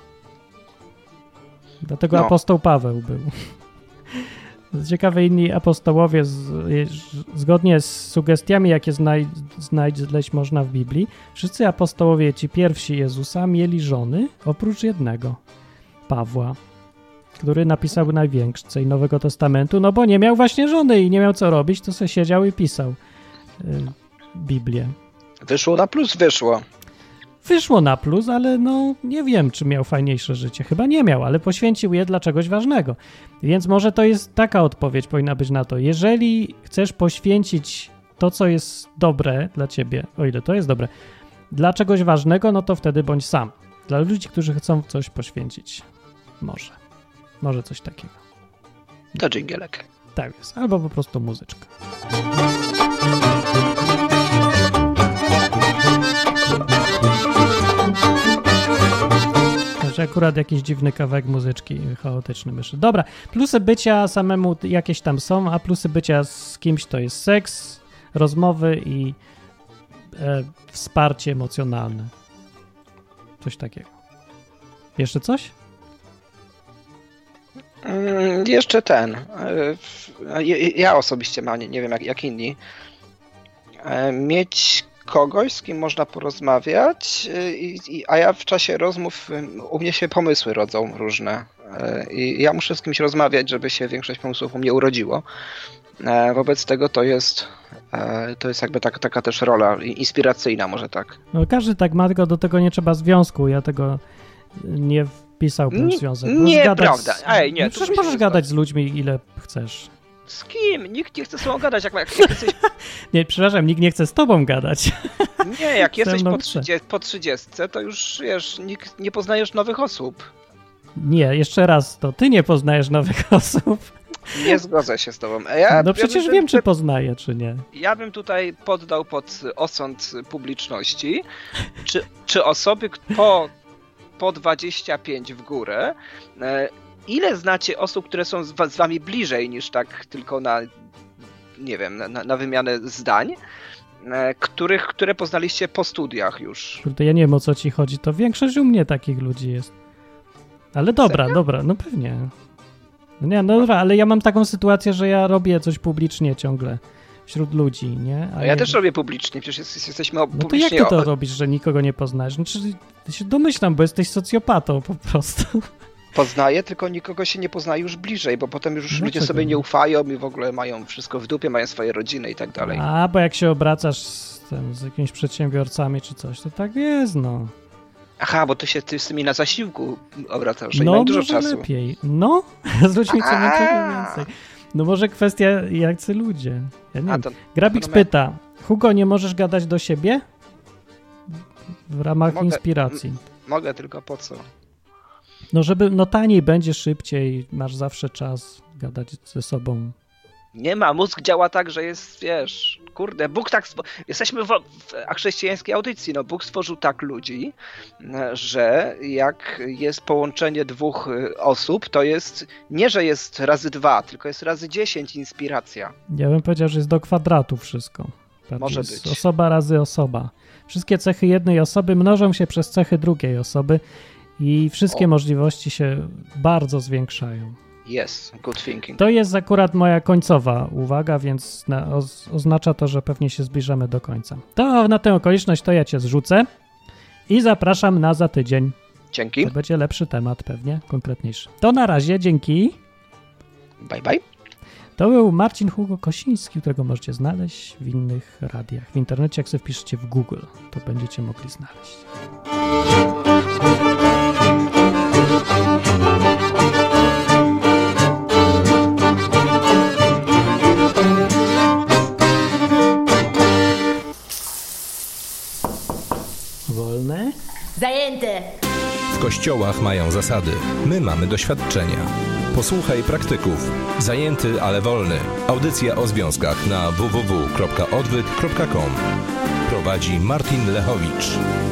Dlatego apostoł Paweł był. Ciekawe, inni apostołowie, zgodnie z sugestiami, jakie znaleźć można w Biblii, wszyscy apostołowie, ci pierwsi Jezusa, mieli żony, oprócz jednego, Pawła, który napisał najwięcej Nowego Testamentu, no bo nie miał właśnie żony i nie miał co robić, to sobie siedział i pisał Biblię. Wyszło na plus, wyszło. Wyszło na plus, ale no nie wiem, czy miał fajniejsze życie. Chyba nie miał, ale poświęcił je dla czegoś ważnego. Więc może to jest taka odpowiedź powinna być na to. Jeżeli chcesz poświęcić to, co jest dobre dla ciebie, o ile to jest dobre, dla czegoś ważnego, no to wtedy bądź sam. Dla ludzi, którzy chcą coś poświęcić. Może coś takiego. To dżingielek. Tak jest. Albo po prostu muzyczka. Akurat jakiś dziwny kawałek muzyczki chaotyczny myślę. Dobra, plusy bycia samemu jakieś tam są, a plusy bycia z kimś to jest seks, rozmowy i wsparcie emocjonalne. Coś takiego. Jeszcze coś? Jeszcze ja osobiście mam, nie wiem jak inni, mieć kogoś, z kim można porozmawiać, a ja w czasie rozmów u mnie się pomysły rodzą różne i ja muszę z kimś rozmawiać, żeby się większość pomysłów u mnie urodziło. Wobec tego to jest jakby taka też rola inspiracyjna, może tak. No każdy tak ma, tylko do tego nie trzeba związku. Ja tego nie wpisałbym w związek. Nieprawda. No przecież możesz gadać z ludźmi ile chcesz. Z kim? Nikt nie chce z tobą gadać. Jak jesteś... Nie, przepraszam, nikt nie chce z tobą gadać. Nie, jak jesteś po 30, to już wiesz, nie poznajesz nowych osób. Nie, jeszcze raz, to ty nie poznajesz nowych osób. Nie zgodzę się z tobą. No przecież wiem, czy poznaję, czy nie. Ja bym tutaj poddał pod osąd publiczności, czy osoby po 25 w górę, ile znacie osób, które są z wami bliżej niż tak tylko na, nie wiem, na wymianę zdań, które poznaliście po studiach już? Kurde, ja nie wiem, o co ci chodzi, to większość u mnie takich ludzi jest. Ale dobra, no pewnie. Nie, no dobra, ale ja mam taką sytuację, że ja robię coś publicznie ciągle wśród ludzi, nie? A ja też robię publicznie, przecież jesteśmy publicznie... No to jak ty to robisz, że nikogo nie poznajesz? Znaczy, ja się domyślam, bo jesteś socjopatą po prostu. Poznaję, tylko nikogo się nie poznaje już bliżej, bo potem już ludzie sobie nie ufają i w ogóle mają wszystko w dupie, mają swoje rodziny i tak dalej. A, bo jak się obracasz z jakimiś przedsiębiorcami czy coś, to tak jest, no. Aha, bo ty z tymi na zasiłku obracasz, że mają dużo czasu. No, lepiej. No, z ludźmi co niczego więcej. No może kwestia, jacy ludzie. Ja nie wiem. Grabix pyta, Hugo, nie możesz gadać do siebie? W ramach inspiracji. Mogę, tylko po co? No taniej będzie, szybciej, masz zawsze czas gadać ze sobą. Nie ma, mózg działa tak, że jest, wiesz, kurde, Bóg tak, jesteśmy w chrześcijańskiej audycji, no Bóg stworzył tak ludzi, że jak jest połączenie dwóch osób, to jest, nie że jest razy 2, tylko jest razy 10 inspiracja. Ja bym powiedział, że jest do kwadratu wszystko. Może być. Osoba razy osoba. Wszystkie cechy jednej osoby mnożą się przez cechy drugiej osoby i wszystkie możliwości się bardzo zwiększają. Yes, good thinking. To jest akurat moja końcowa uwaga, więc oznacza to, że pewnie się zbliżamy do końca. To na tę okoliczność to ja cię zrzucę i zapraszam na za tydzień. Dzięki. To będzie lepszy temat pewnie, konkretniejszy. To na razie, dzięki. Bye bye. To był Marcin Hugo Kosiński, którego możecie znaleźć w innych radiach. W internecie, jak sobie wpiszecie w Google, to będziecie mogli znaleźć. Wolne? Zajęte! W kościołach mają zasady. My mamy doświadczenia. Posłuchaj praktyków. Zajęty, ale wolny. Audycja o związkach na www.odwyk.com. Prowadzi Martin Lechowicz.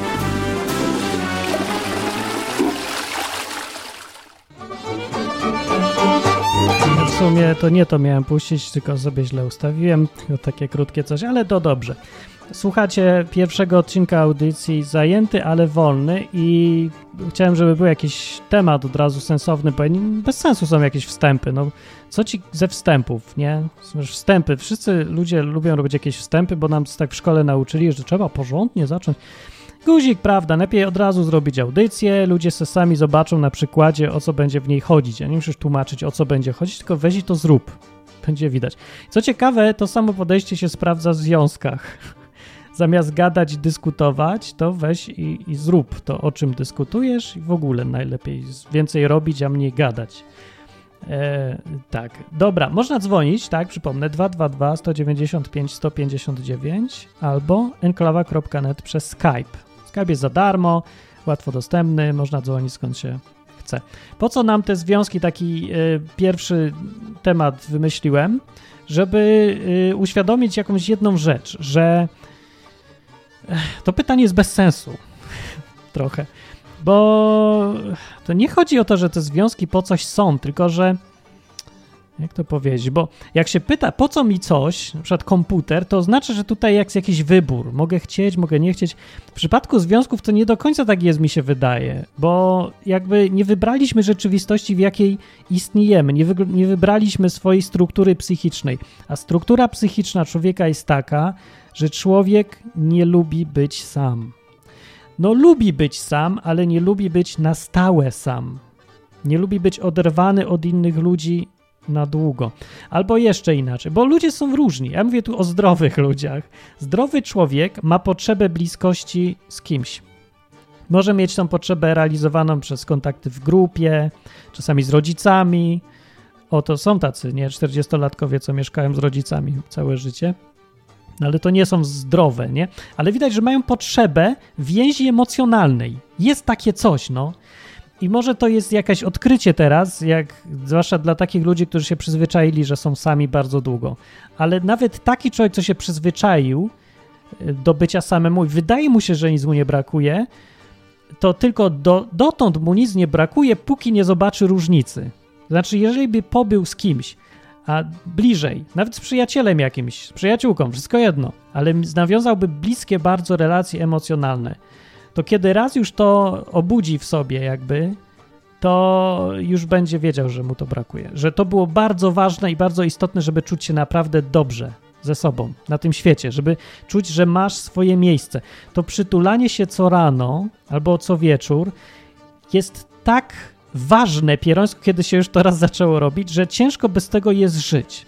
W sumie to nie to miałem puścić, tylko sobie źle ustawiłem. Takie krótkie coś, ale to dobrze. Słuchacie pierwszego odcinka audycji Zajęty, ale wolny i chciałem, żeby był jakiś temat od razu sensowny, bo bez sensu są jakieś wstępy. No, co ci ze wstępów, nie? Są już wstępy. Wszyscy ludzie lubią robić jakieś wstępy, bo nam tak w szkole nauczyli, że trzeba porządnie zacząć. Guzik, prawda, lepiej od razu zrobić audycję, ludzie se sami zobaczą na przykładzie, o co będzie w niej chodzić. Ja nie musisz tłumaczyć, o co będzie chodzić, tylko weź i to zrób. Będzie widać. Co ciekawe, to samo podejście się sprawdza w związkach. Zamiast gadać i dyskutować, to weź i zrób to, o czym dyskutujesz i w ogóle najlepiej więcej robić, a mniej gadać. Tak, dobra, można dzwonić, tak, przypomnę, 222 195 159 albo enklawa.net przez Skype. Skype jest za darmo, łatwo dostępny, można dzwonić skąd się chce. Po co nam te związki? Taki pierwszy temat wymyśliłem, żeby uświadomić jakąś jedną rzecz, że to pytanie jest bez sensu. Trochę. Bo to nie chodzi o to, że te związki po coś są, tylko że jak to powiedzieć, bo jak się pyta, po co mi coś, na przykład komputer, to oznacza, że tutaj jest jakiś wybór. Mogę chcieć, mogę nie chcieć. W przypadku związków to nie do końca tak jest, mi się wydaje, bo jakby nie wybraliśmy rzeczywistości, w jakiej istniejemy, nie wybraliśmy swojej struktury psychicznej, a struktura psychiczna człowieka jest taka, że człowiek nie lubi być sam. No lubi być sam, ale nie lubi być na stałe sam. Nie lubi być oderwany od innych ludzi na długo. Albo jeszcze inaczej, bo ludzie są różni. Ja mówię tu o zdrowych ludziach. Zdrowy człowiek ma potrzebę bliskości z kimś. Może mieć tą potrzebę realizowaną przez kontakty w grupie, czasami z rodzicami. Oto są tacy, nie? 40-latkowie, co mieszkają z rodzicami całe życie. Ale to nie są zdrowe, nie? Ale widać, że mają potrzebę więzi emocjonalnej. Jest takie coś, no. I może to jest jakieś odkrycie teraz, zwłaszcza dla takich ludzi, którzy się przyzwyczaili, że są sami bardzo długo. Ale nawet taki człowiek, co się przyzwyczaił do bycia samemu i wydaje mu się, że nic mu nie brakuje, to tylko dotąd mu nic nie brakuje, póki nie zobaczy różnicy. Znaczy, jeżeli by pobył z kimś, a bliżej, nawet z przyjacielem jakimś, z przyjaciółką, wszystko jedno, ale nawiązałby bliskie bardzo relacje emocjonalne, to kiedy raz już to obudzi w sobie jakby, to już będzie wiedział, że mu to brakuje. Że to było bardzo ważne i bardzo istotne, żeby czuć się naprawdę dobrze ze sobą na tym świecie, żeby czuć, że masz swoje miejsce. To przytulanie się co rano albo co wieczór jest tak ważne pierońsko, kiedy się już to raz zaczęło robić, że ciężko bez tego jest żyć.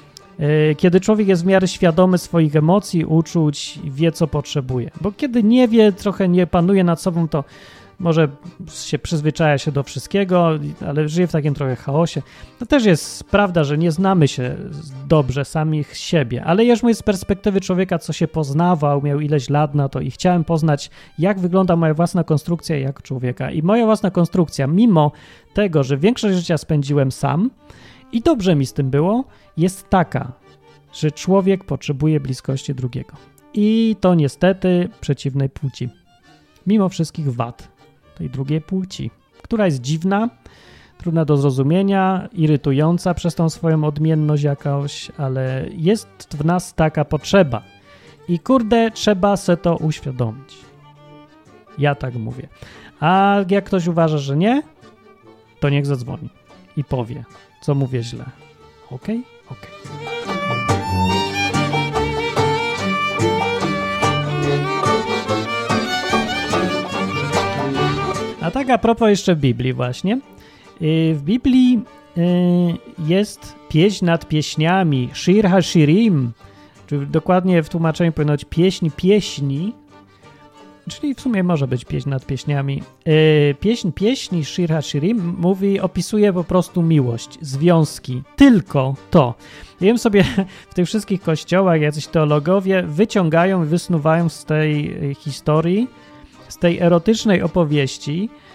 Kiedy człowiek jest w miarę świadomy swoich emocji, uczuć i wie, co potrzebuje. Bo kiedy nie wie, trochę nie panuje nad sobą, to może się przyzwyczaja się do wszystkiego, ale żyje w takim trochę chaosie. To też jest prawda, że nie znamy się dobrze samych siebie, ale już mówię z perspektywy człowieka, co się poznawał, miał ileś lat na to i chciałem poznać, jak wygląda moja własna konstrukcja jak człowieka. I moja własna konstrukcja, mimo tego, że większość życia spędziłem sam i dobrze mi z tym było, jest taka, że człowiek potrzebuje bliskości drugiego. I to niestety przeciwnej płci. Mimo wszystkich wad tej drugiej płci, która jest dziwna, trudna do zrozumienia, irytująca przez tą swoją odmienność jakąś, ale jest w nas taka potrzeba. I kurde, trzeba se to uświadomić. Ja tak mówię. A jak ktoś uważa, że nie, to niech zadzwoni i powie, co mówię źle. Okej? Okej. A tak a propos jeszcze Biblii właśnie. W Biblii jest pieśń nad pieśniami, Shir HaShirim, czyli dokładnie w tłumaczeniu powinno być pieśń pieśni, czyli w sumie może być pieśń nad pieśniami. Pieśń pieśni, Shir HaShirim, opisuje po prostu miłość, związki, tylko to. Ja wiem sobie, w tych wszystkich kościołach jacyś teologowie wyciągają i wysnuwają z tej historii, z tej erotycznej opowieści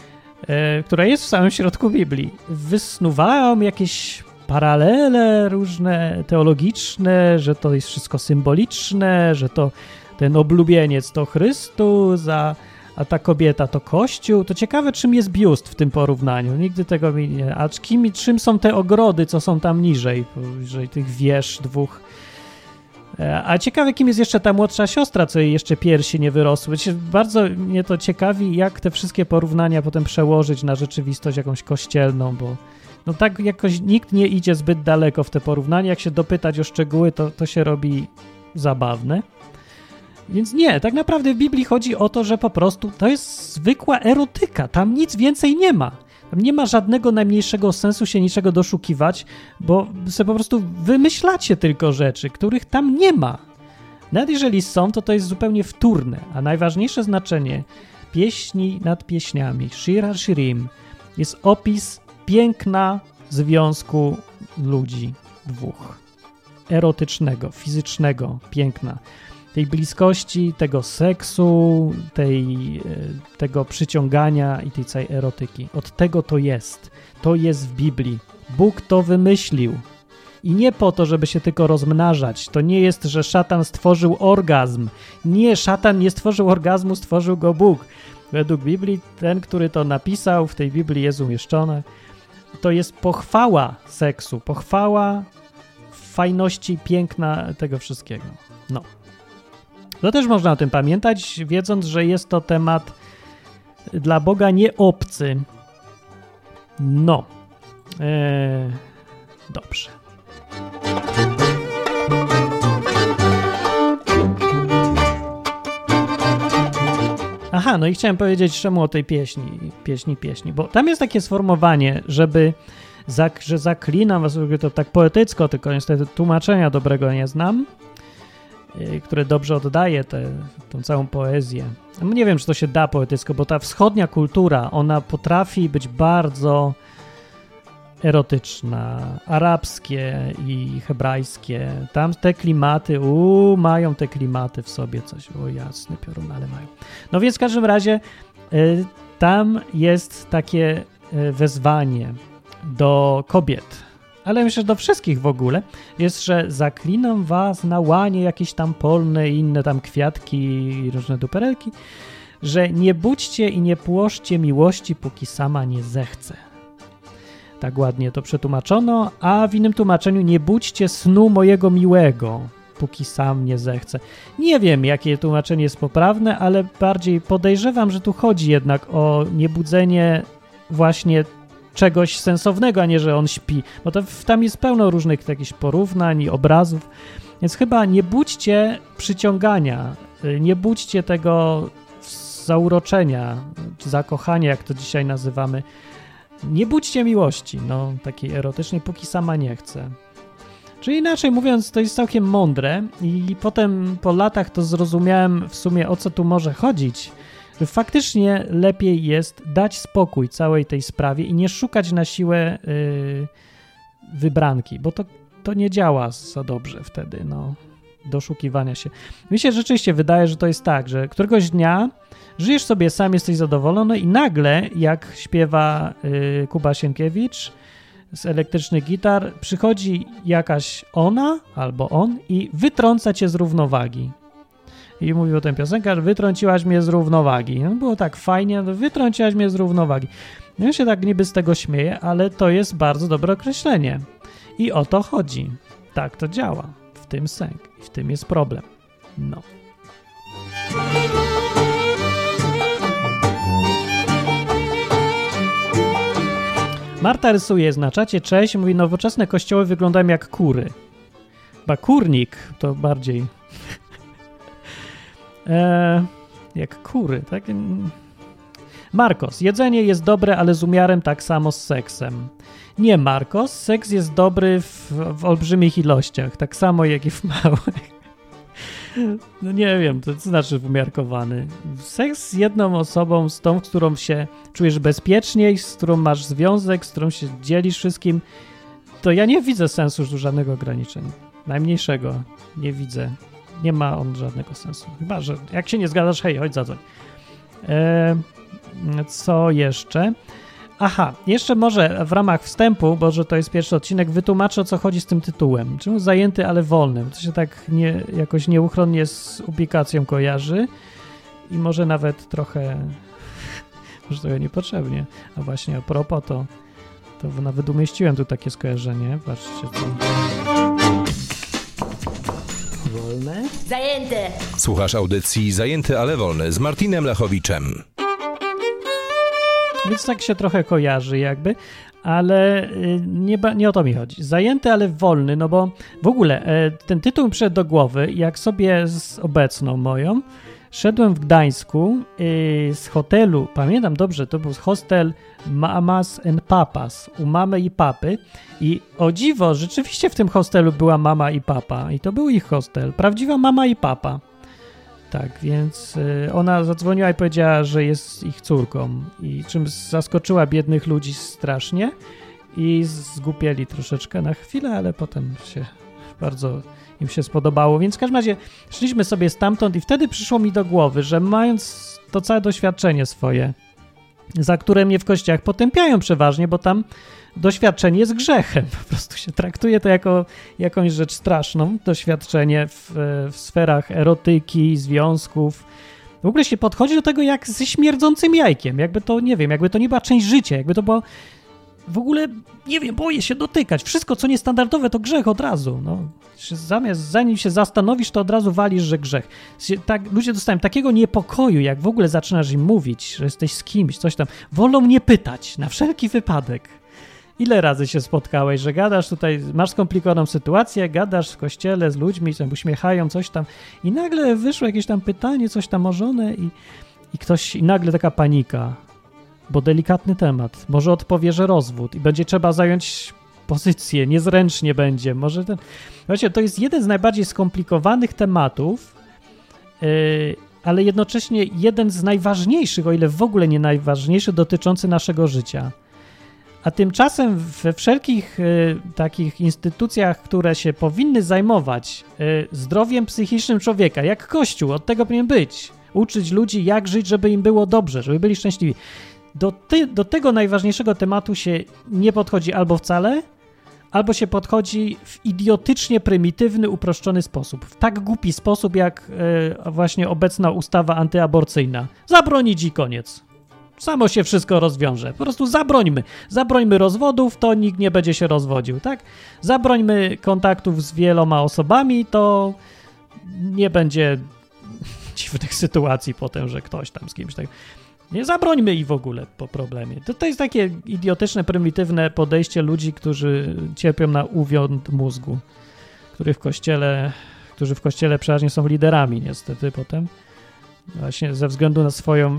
która jest w samym środku Biblii. Wysnuwają jakieś paralele różne teologiczne, że to jest wszystko symboliczne, że to ten oblubieniec to Chrystus, a ta kobieta to Kościół. To ciekawe, czym jest biust w tym porównaniu. Nigdy tego mi nie... A czym są te ogrody, co są tam niżej tych wież dwóch. A ciekawe, kim jest jeszcze ta młodsza siostra, co jej jeszcze piersi nie wyrosły. Bardzo mnie to ciekawi, jak te wszystkie porównania potem przełożyć na rzeczywistość jakąś kościelną, bo no tak jakoś nikt nie idzie zbyt daleko w te porównania. Jak się dopytać o szczegóły, to się robi zabawne. Więc nie, tak naprawdę w Biblii chodzi o to, że po prostu to jest zwykła erotyka. Tam nic więcej nie ma. Tam nie ma żadnego najmniejszego sensu się niczego doszukiwać, bo sobie po prostu wymyślacie tylko rzeczy, których tam nie ma. Nawet jeżeli są, to jest zupełnie wtórne. A najważniejsze znaczenie pieśni nad pieśniami, Shir HaShirim, jest opis piękna związku ludzi dwóch. Erotycznego, fizycznego piękna. Tej bliskości, tego seksu, tego przyciągania i tej całej erotyki. Od tego to jest. To jest w Biblii. Bóg to wymyślił. I nie po to, żeby się tylko rozmnażać. To nie jest, że szatan stworzył orgazm. Nie, szatan nie stworzył orgazmu, stworzył go Bóg. Według Biblii ten, który to napisał, w tej Biblii jest umieszczone, to jest pochwała seksu, pochwała fajności, piękna tego wszystkiego. No. To też można o tym pamiętać, wiedząc, że jest to temat dla Boga nie obcy. No. Dobrze. Aha, no i chciałem powiedzieć czemu o tej pieśni, bo tam jest takie sformułowanie, że zaklinam was, to tak poetycko, tylko niestety tłumaczenia dobrego nie znam, które dobrze oddaje tą całą poezję. Nie wiem, czy to się da poetycko, bo ta wschodnia kultura, ona potrafi być bardzo erotyczna, arabskie i hebrajskie. Tam te klimaty, mają te klimaty w sobie coś. O jasny piorun, ale mają. No więc w każdym razie tam jest takie wezwanie do kobiet, ale myślę, że do wszystkich w ogóle, jest, że zaklinam was na łanie jakieś tam polne i inne tam kwiatki i różne duperelki, że nie budźcie i nie płoszcie miłości, póki sama nie zechce. Tak ładnie to przetłumaczono, a w innym tłumaczeniu nie budźcie snu mojego miłego, póki sam nie zechce. Nie wiem, jakie tłumaczenie jest poprawne, ale bardziej podejrzewam, że tu chodzi jednak o niebudzenie właśnie czegoś sensownego, a nie, że on śpi, bo tam jest pełno różnych jakichś porównań i obrazów, więc chyba nie budźcie przyciągania, nie budźcie tego zauroczenia, czy zakochania, jak to dzisiaj nazywamy, nie budźcie miłości, no, takiej erotycznej, póki sama nie chce. Czyli inaczej mówiąc, to jest całkiem mądre i potem po latach to zrozumiałem w sumie, o co tu może chodzić, że faktycznie lepiej jest dać spokój całej tej sprawie i nie szukać na siłę wybranki, bo to nie działa za dobrze wtedy, no, doszukiwania się. Mi się rzeczywiście wydaje, że to jest tak, że któregoś dnia żyjesz sobie sam, jesteś zadowolony i nagle, jak śpiewa Kuba Sienkiewicz z Elektrycznych Gitar, przychodzi jakaś ona albo on i wytrąca cię z równowagi. I mówi o tym piosenkarz, wytrąciłaś mnie z równowagi. No, było tak fajnie, wytrąciłaś mnie z równowagi. No, ja się tak niby z tego śmieję, ale to jest bardzo dobre określenie. I o to chodzi. Tak to działa. W tym sęk. I w tym jest problem. No. Marta rysuje na czacie, cześć, mówi, nowoczesne kościoły wyglądają jak kury. Chyba kurnik to bardziej... jak kury, tak? Marcos, jedzenie jest dobre, ale z umiarem, tak samo z seksem. Nie, Marcos, seks jest dobry w olbrzymich ilościach, tak samo jak i w małych. No nie wiem, to znaczy umiarkowany. Seks z jedną osobą, z tą, z którą się czujesz bezpieczniej, z którą masz związek, z którą się dzielisz wszystkim, to ja nie widzę sensu żadnego ograniczenia. Najmniejszego nie widzę. Nie ma on żadnego sensu. Chyba, że jak się nie zgadzasz, hej, chodź zadzwoń. Co jeszcze? Aha, jeszcze może w ramach wstępu, bo że to jest pierwszy odcinek, wytłumaczę, o co chodzi z tym tytułem. Czemu zajęty, ale wolny? To się tak jakoś nieuchronnie z ubikacją kojarzy i może nawet trochę niepotrzebnie. A właśnie a propos, to nawet umieściłem tu takie skojarzenie. Patrzcie co. Wolne? Zajęty! Słuchasz audycji Zajęty, ale wolny z Martinem Lechowiczem. Więc tak się trochę kojarzy jakby, ale nie o to mi chodzi. Zajęty, ale wolny, no bo w ogóle ten tytuł mi przyszedł do głowy, jak sobie z obecną moją szedłem w Gdańsku z hotelu, pamiętam dobrze, to był hostel Mamas and Papas, u mamy i papy i o dziwo, rzeczywiście w tym hostelu była mama i papa i to był ich hostel, prawdziwa mama i papa. Tak, więc ona zadzwoniła i powiedziała, że jest ich córką i czym zaskoczyła biednych ludzi strasznie i zgłupieli troszeczkę na chwilę, ale potem bardzo im się spodobało, więc w każdym razie szliśmy sobie stamtąd i wtedy przyszło mi do głowy, że mając to całe doświadczenie swoje, za które mnie w kościołach potępiają przeważnie, bo tam doświadczenie jest grzechem. Po prostu się traktuje to jako jakąś rzecz straszną, doświadczenie w sferach erotyki, związków. W ogóle się podchodzi do tego jak ze śmierdzącym jajkiem. Jakby to, nie wiem, jakby to nie była część życia, jakby to było w ogóle, nie wiem, boję się dotykać. Wszystko, co niestandardowe, to grzech od razu. No. Zanim się zastanowisz, to od razu walisz, że grzech. Tak, ludzie dostają takiego niepokoju, jak w ogóle zaczynasz im mówić, że jesteś z kimś, coś tam. Wolą nie pytać, na wszelki wypadek. Ile razy się spotkałeś, że gadasz tutaj, masz skomplikowaną sytuację, gadasz w kościele z ludźmi, się uśmiechają, coś tam i nagle wyszło jakieś tam pytanie, coś tam o żonę i nagle taka panika, bo delikatny temat. Może odpowie, że rozwód i będzie trzeba zająć pozycję, niezręcznie będzie. Może Właśnie to jest jeden z najbardziej skomplikowanych tematów, ale jednocześnie jeden z najważniejszych, o ile w ogóle nie najważniejszy, dotyczący naszego życia. A tymczasem we wszelkich takich instytucjach, które się powinny zajmować zdrowiem psychicznym człowieka, jak Kościół, od tego powinien być. Uczyć ludzi, jak żyć, żeby im było dobrze, żeby byli szczęśliwi. Do tego najważniejszego tematu się nie podchodzi albo wcale, albo się podchodzi w idiotycznie prymitywny, uproszczony sposób. W tak głupi sposób, jak właśnie obecna ustawa antyaborcyjna. Zabronić i koniec. Samo się wszystko rozwiąże. Po prostu zabrońmy. Zabrońmy rozwodów, to nikt nie będzie się rozwodził, tak? Zabrońmy kontaktów z wieloma osobami, to nie będzie dziwnych sytuacji potem, że ktoś tam z kimś tak... Nie zabrońmy ich w ogóle po problemie. To jest takie idiotyczne, prymitywne podejście ludzi, którzy cierpią na uwiąd mózgu, którzy w kościele przeważnie są liderami niestety potem. Właśnie ze względu na swoją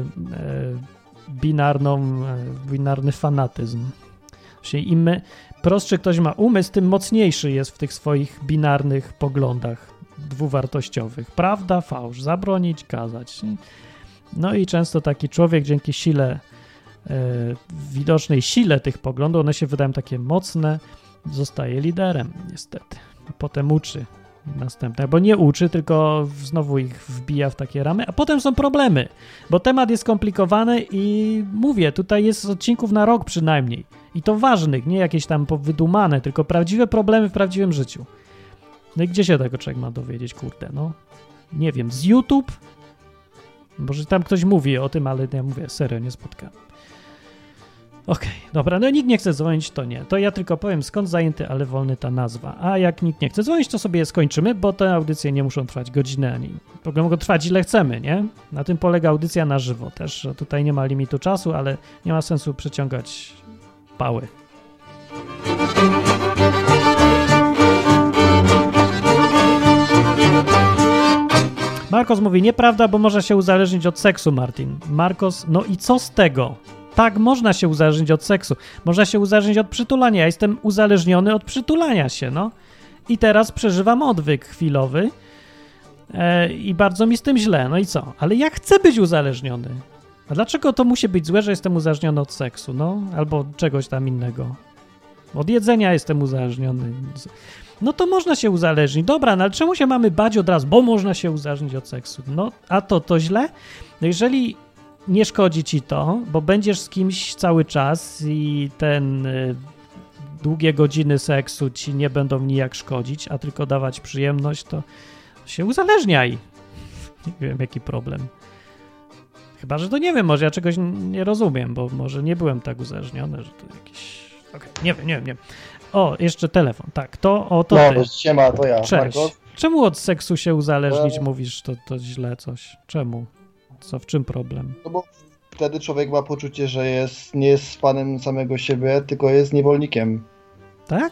binarny fanatyzm. Właśnie im prostszy ktoś ma umysł, tym mocniejszy jest w tych swoich binarnych poglądach dwuwartościowych. Prawda, fałsz, zabronić, kazać. No i często taki człowiek dzięki sile, widocznej sile tych poglądów, one się wydają takie mocne, zostaje liderem niestety. Potem uczy następne, bo nie uczy, tylko znowu ich wbija w takie ramy, a potem są problemy, bo temat jest skomplikowany i mówię, tutaj jest odcinków na rok przynajmniej i to ważnych, nie jakieś tam wydumane, tylko prawdziwe problemy w prawdziwym życiu. No i gdzie się tego człowiek ma dowiedzieć, kurde, no nie wiem, z YouTube? Może tam ktoś mówi o tym, ale ja mówię, serio, nie spotkałem. Okej, dobra, no nikt nie chce dzwonić, to nie. To ja tylko powiem, skąd zajęty, ale wolny ta nazwa. A jak nikt nie chce dzwonić, to sobie je skończymy, bo te audycje nie muszą trwać godzinę, ani w ogóle mogą trwać ile chcemy, nie? Na tym polega audycja na żywo też, że tutaj nie ma limitu czasu, ale nie ma sensu przeciągać pały. Marcos mówi, nieprawda, bo można się uzależnić od seksu, Martin. Marcos, no i co z tego? Tak, można się uzależnić od seksu. Można się uzależnić od przytulania. Ja jestem uzależniony od przytulania się, no. I teraz przeżywam odwyk chwilowy i bardzo mi z tym źle. No i co? Ale ja chcę być uzależniony. A dlaczego to musi być złe, że jestem uzależniony od seksu, no? Albo od czegoś tam innego. Od jedzenia jestem uzależniony. No to można się uzależnić. Dobra, no ale czemu się mamy bać od razu? Bo można się uzależnić od seksu. No, a to źle? No jeżeli nie szkodzi ci to, bo będziesz z kimś cały czas i ten długie godziny seksu ci nie będą nijak szkodzić, a tylko dawać przyjemność, to się uzależniaj. Nie wiem, jaki problem. Chyba, że to nie wiem, może ja czegoś nie rozumiem, bo może nie byłem tak uzależniony, że to jakiś... Okay. Nie wiem. O, jeszcze telefon. Tak, to ty. No, siema, to ja, Cześć. Marko. Czemu od seksu się uzależnić mówisz, to źle coś? Czemu? W czym problem? No bo wtedy człowiek ma poczucie, że nie jest panem samego siebie, tylko jest niewolnikiem. Tak?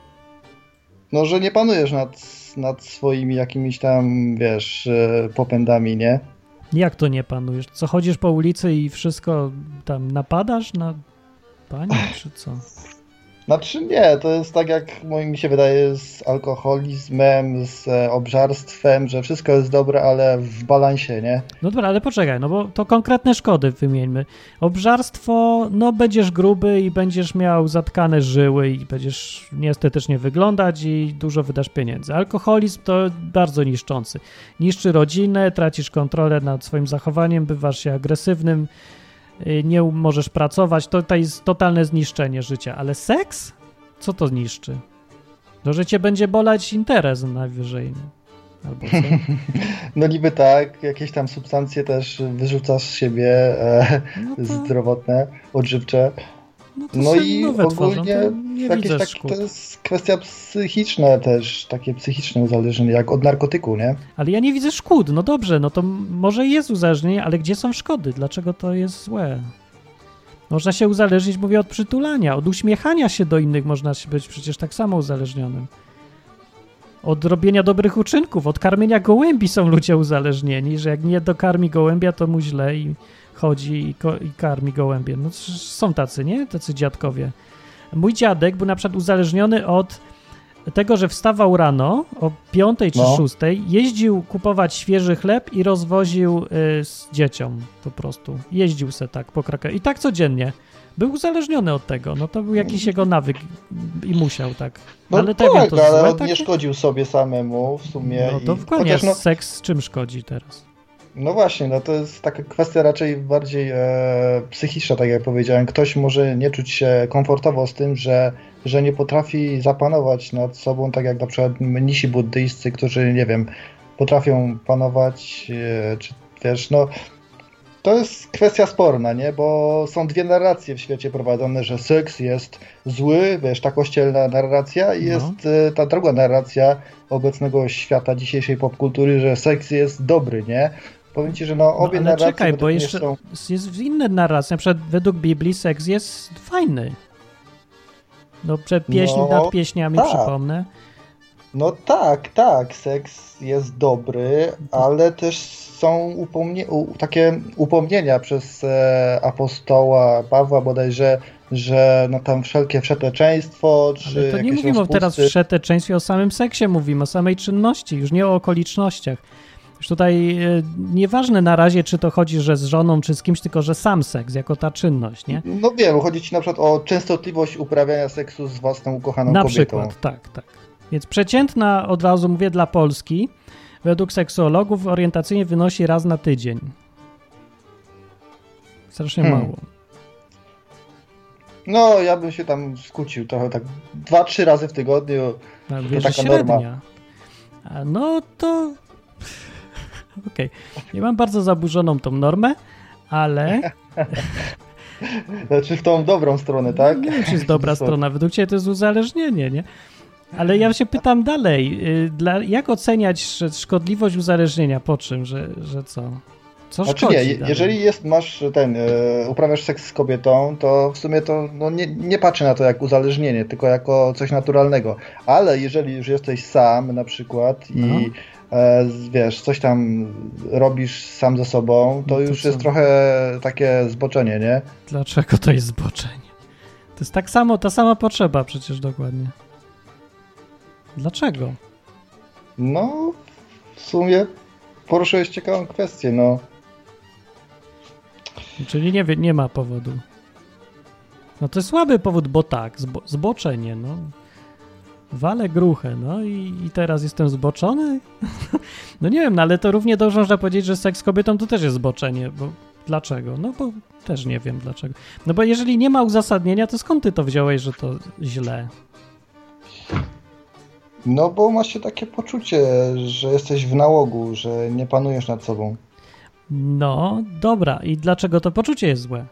No, że nie panujesz nad swoimi jakimiś tam, wiesz, popędami, nie? Jak to nie panujesz? Co, chodzisz po ulicy i wszystko tam napadasz na panią, czy co? Znaczy nie, to jest tak jak mi się wydaje z alkoholizmem, z obżarstwem, że wszystko jest dobre, ale w balansie, nie? No dobra, ale poczekaj, no bo to konkretne szkody wymieńmy. Obżarstwo, no będziesz gruby i będziesz miał zatkane żyły i będziesz nieestetycznie wyglądać i dużo wydasz pieniędzy. Alkoholizm to bardzo niszczący. Niszczy rodzinę, tracisz kontrolę nad swoim zachowaniem, bywasz się agresywnym, nie możesz pracować, to jest totalne zniszczenie życia, ale seks? Co to niszczy? No, że cię będzie bolać interes najwyżej. Albo co? No niby tak, jakieś tam substancje też wyrzucasz z siebie zdrowotne, odżywcze. No i ogólnie to jest kwestia psychiczna też, takie psychiczne uzależnienie, jak od narkotyku, nie? Ale ja nie widzę szkód, no dobrze, no to może jest uzależnienie, ale gdzie są szkody? Dlaczego to jest złe? Można się uzależnić, mówię, od przytulania, od uśmiechania się do innych można być przecież tak samo uzależnionym. Od robienia dobrych uczynków, od karmienia gołębi są ludzie uzależnieni, że jak nie dokarmi gołębia, to mu źle i chodzi i karmi gołębie. No są tacy, nie? Tacy dziadkowie. Mój dziadek był na przykład uzależniony od tego, że wstawał rano o 5 czy 6, jeździł kupować świeży chleb i rozwoził z dzieciom po prostu. Jeździł se tak po Krakowie. I tak codziennie. Był uzależniony od tego. No to był jakiś jego nawyk i musiał tak. No ale tak, wiem, to ale złe, nie szkodził sobie samemu w sumie. No to wkładnie, seks czym szkodzi teraz? No właśnie, no to jest taka kwestia raczej bardziej psychiczna, tak jak powiedziałem. Ktoś może nie czuć się komfortowo z tym, że nie potrafi zapanować nad sobą, tak jak na przykład mnisi buddyjscy, którzy, nie wiem, potrafią panować, czy wiesz, no to jest kwestia sporna, nie? Bo są dwie narracje w świecie prowadzone, że seks jest zły, wiesz, ta kościelna narracja i jest ta druga narracja obecnego świata, dzisiejszej popkultury, że seks jest dobry, nie? Powiem ci, że obie ale narracje... czekaj, bo jeszcze jest inne narracje. Na przykład według Biblii seks jest fajny. No pieśń nad pieśniami, tak. Przypomnę. No tak, seks jest dobry, ale też są takie upomnienia przez apostoła Pawła bodajże, że no tam wszelkie wszeteczeństwo, czy ale to nie mówimy teraz o wszeteczeństwie, o samym seksie mówimy, o samej czynności, już nie o okolicznościach. Już tutaj nieważne na razie, czy to chodzi, że z żoną, czy z kimś, tylko że sam seks, jako ta czynność, nie? No wiem, chodzi ci na przykład o częstotliwość uprawiania seksu z własną ukochaną kobietą. Na przykład, tak. Więc przeciętna, od razu mówię, dla Polski, według seksuologów orientacyjnie wynosi raz na tydzień. Strasznie mało. No, ja bym się tam skłócił trochę, tak 2-3 razy w tygodniu. No, to wiesz, taka średnia. norma. No to... Okej. Ja mam bardzo zaburzoną tą normę, ale... Znaczy w tą dobrą stronę, tak? Nie wiem, czy jest dobra strona. Według ciebie to jest uzależnienie, nie? Ale ja się pytam dalej. Jak oceniać szkodliwość uzależnienia? Po czym? Że co? Co znaczy szkodzi? Nie, jeżeli uprawiasz seks z kobietą, to w sumie to nie patrzę na to jak uzależnienie, tylko jako coś naturalnego. Ale jeżeli już jesteś sam na przykład i wiesz, coś tam robisz sam ze sobą, to już jest trochę takie zboczenie, nie? Dlaczego to jest zboczenie? To jest tak samo, ta sama potrzeba przecież dokładnie. Dlaczego? No, w sumie poruszyłeś ciekawą kwestię, no. Czyli nie ma powodu. No to jest słaby powód, bo tak, zboczenie, no. Walę gruchę, no i teraz jestem zboczony? No nie wiem, no ale to równie dobrze można powiedzieć, że seks z kobietą to też jest zboczenie, bo Dlaczego? No bo też nie wiem dlaczego. No bo jeżeli nie ma uzasadnienia, to skąd ty to wziąłeś, że to źle? No bo masz się takie poczucie, że jesteś w nałogu, że nie panujesz nad sobą. No, dobra. I dlaczego to poczucie jest złe?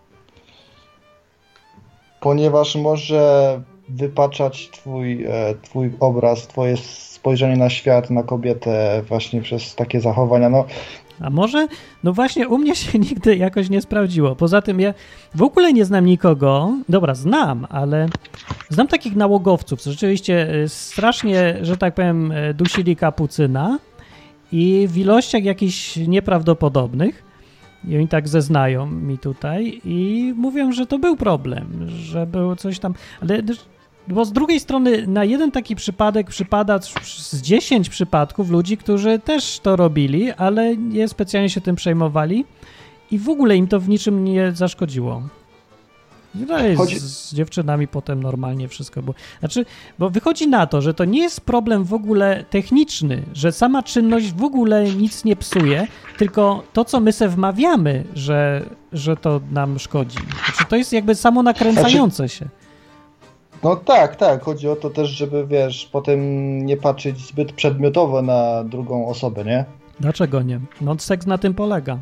Ponieważ może wypaczać twój obraz, twoje spojrzenie na świat, na kobietę właśnie przez takie zachowania. No, A może? No właśnie u mnie się nigdy jakoś nie sprawdziło. Poza tym ja w ogóle nie znam nikogo. Dobra, znam, ale znam takich nałogowców, co rzeczywiście strasznie, że tak powiem, dusili kapucyna i w ilościach jakichś nieprawdopodobnych. I oni tak zeznają mi tutaj i mówią, że to był problem, że było coś tam, ale bo z drugiej strony na jeden taki przypadek przypada z 10 przypadków ludzi, którzy też to robili, ale nie specjalnie się tym przejmowali i w ogóle im to w niczym nie zaszkodziło. I dalej z dziewczynami potem normalnie wszystko było. Znaczy, bo wychodzi na to, że to nie jest problem w ogóle techniczny, że sama czynność w ogóle nic nie psuje, tylko to, co my se wmawiamy, że to nam szkodzi. Znaczy, to jest jakby samo nakręcające się. No tak. Chodzi o to też, żeby, wiesz, potem nie patrzeć zbyt przedmiotowo na drugą osobę, nie? Dlaczego nie? No seks na tym polega.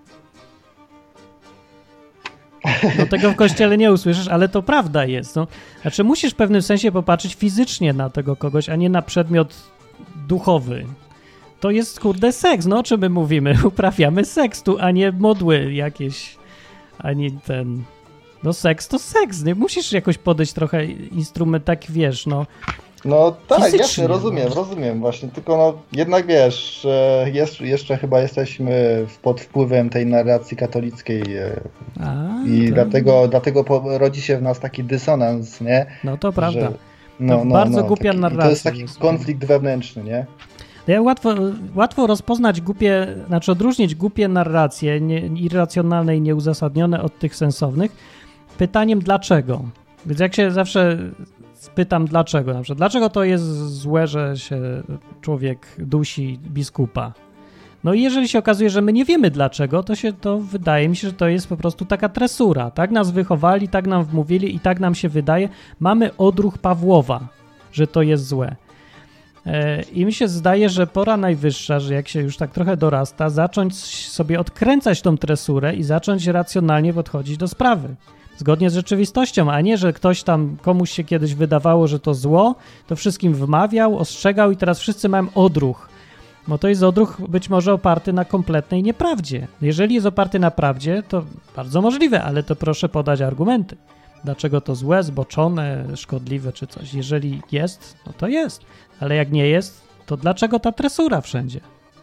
No tego w kościele nie usłyszysz, ale to prawda jest. No. Znaczy musisz w pewnym sensie popatrzeć fizycznie na tego kogoś, a nie na przedmiot duchowy. To jest, kurde, seks. No o czym my mówimy? Uprawiamy seks tu, a nie modły jakieś, ani ten... No seks to seks. Nie musisz jakoś podejść trochę instrument, tak wiesz, no. No tak, fizycznie, jasne, rozumiem właśnie, tylko no jednak wiesz, jeszcze chyba jesteśmy pod wpływem tej narracji katolickiej i dlatego rodzi się w nas taki dysonans, nie? No to prawda. Że, bardzo głupia narracja. To jest taki konflikt wewnętrzny, nie? Ja łatwo rozpoznać odróżnić głupie narracje, irracjonalne i nieuzasadnione od tych sensownych pytaniem dlaczego. Więc jak się zawsze spytam dlaczego, na przykład dlaczego to jest złe, że się człowiek dusi biskupa. No i jeżeli się okazuje, że my nie wiemy dlaczego, to wydaje mi się, że to jest po prostu taka tresura. Tak nas wychowali, tak nam wmówili i tak nam się wydaje. Mamy odruch Pawłowa, że to jest złe. I mi się zdaje, że pora najwyższa, że jak się już tak trochę dorasta, zacząć sobie odkręcać tą tresurę i zacząć racjonalnie podchodzić do sprawy. Zgodnie z rzeczywistością, a nie, że ktoś tam, komuś się kiedyś wydawało, że to zło, to wszystkim wmawiał, ostrzegał i teraz wszyscy mają odruch. Bo to jest odruch być może oparty na kompletnej nieprawdzie. Jeżeli jest oparty na prawdzie, to bardzo możliwe, ale to proszę podać argumenty. Dlaczego to złe, zboczone, szkodliwe czy coś. Jeżeli jest, no to jest. Ale jak nie jest, to dlaczego ta tresura wszędzie?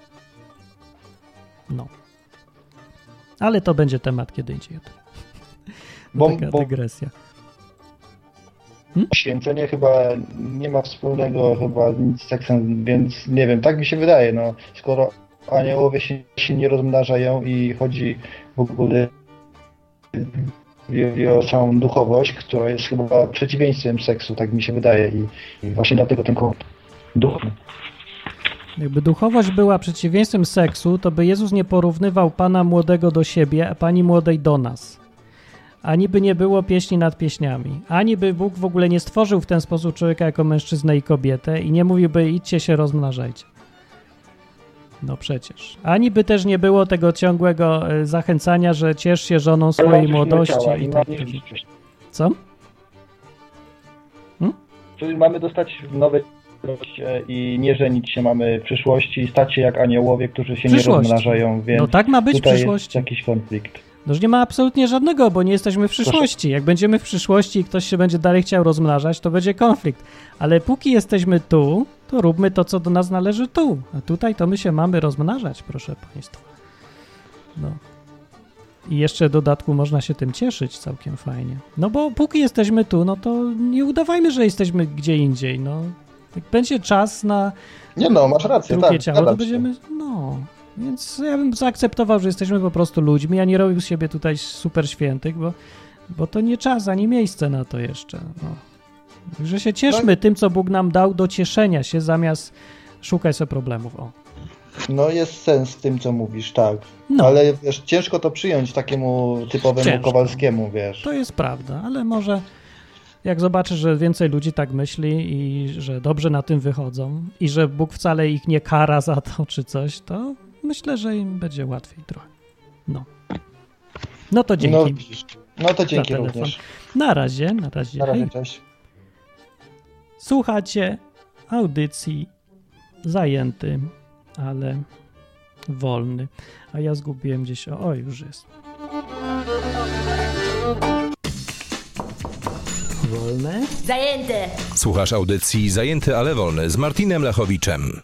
No. Ale to będzie temat kiedy indziej. Taka dygresja. Święcenie chyba nie ma wspólnego chyba nic z seksem, więc nie wiem, tak mi się wydaje, no. Skoro aniołowie się nie rozmnażają i chodzi w ogóle o całą duchowość, która jest chyba przeciwieństwem seksu, tak mi się wydaje i właśnie dlatego ten duch. Jakby duchowość była przeciwieństwem seksu, to by Jezus nie porównywał Pana młodego do siebie, a Pani młodej do nas. Ani by nie było pieśni nad pieśniami. Ani by Bóg w ogóle nie stworzył w ten sposób człowieka jako mężczyznę i kobietę i nie mówiłby idźcie się rozmnażajcie. No przecież. Ani by też nie było tego ciągłego zachęcania, że ciesz się żoną swojej młodości i tak. Co? Czyli mamy dostać nowe i nie żenić się mamy w przyszłości i stać się jak aniołowie, którzy się nie rozmnażają, więc no tak ma być w przyszłości. Jest jakiś konflikt. No już nie ma absolutnie żadnego, bo nie jesteśmy w przyszłości. Jak będziemy w przyszłości i ktoś się będzie dalej chciał rozmnażać, to będzie konflikt. Ale póki jesteśmy tu, to róbmy to, co do nas należy tu. A tutaj to my się mamy rozmnażać, proszę Państwa. No. I jeszcze w dodatku można się tym cieszyć całkiem fajnie. No bo póki jesteśmy tu, no to nie udawajmy, że jesteśmy gdzie indziej. No. Jak będzie czas na masz rację, drugie ciało, to będziemy... No... Więc ja bym zaakceptował, że jesteśmy po prostu ludźmi. Ja nie robił z siebie tutaj super świętych, bo to nie czas ani miejsce na to jeszcze. No. Że się cieszmy tym, co Bóg nam dał do cieszenia się, zamiast szukać sobie problemów. O. No jest sens w tym, co mówisz, tak. No. Ale wiesz, ciężko to przyjąć takiemu typowemu Ciężko. Kowalskiemu, wiesz. To jest prawda, ale może jak zobaczysz, że więcej ludzi tak myśli i że dobrze na tym wychodzą i że Bóg wcale ich nie kara za to czy coś, to myślę, że im będzie łatwiej trochę. No to dzięki. No, widzisz. No to dzięki za telefon. również. Na razie. Na razie, Hej. cześć. Słuchacie audycji Zajęty, ale wolny. A ja zgubiłem gdzieś... O, już jest. Wolne? Zajęty! Słuchasz audycji Zajęty, ale wolny z Martinem Lechowiczem.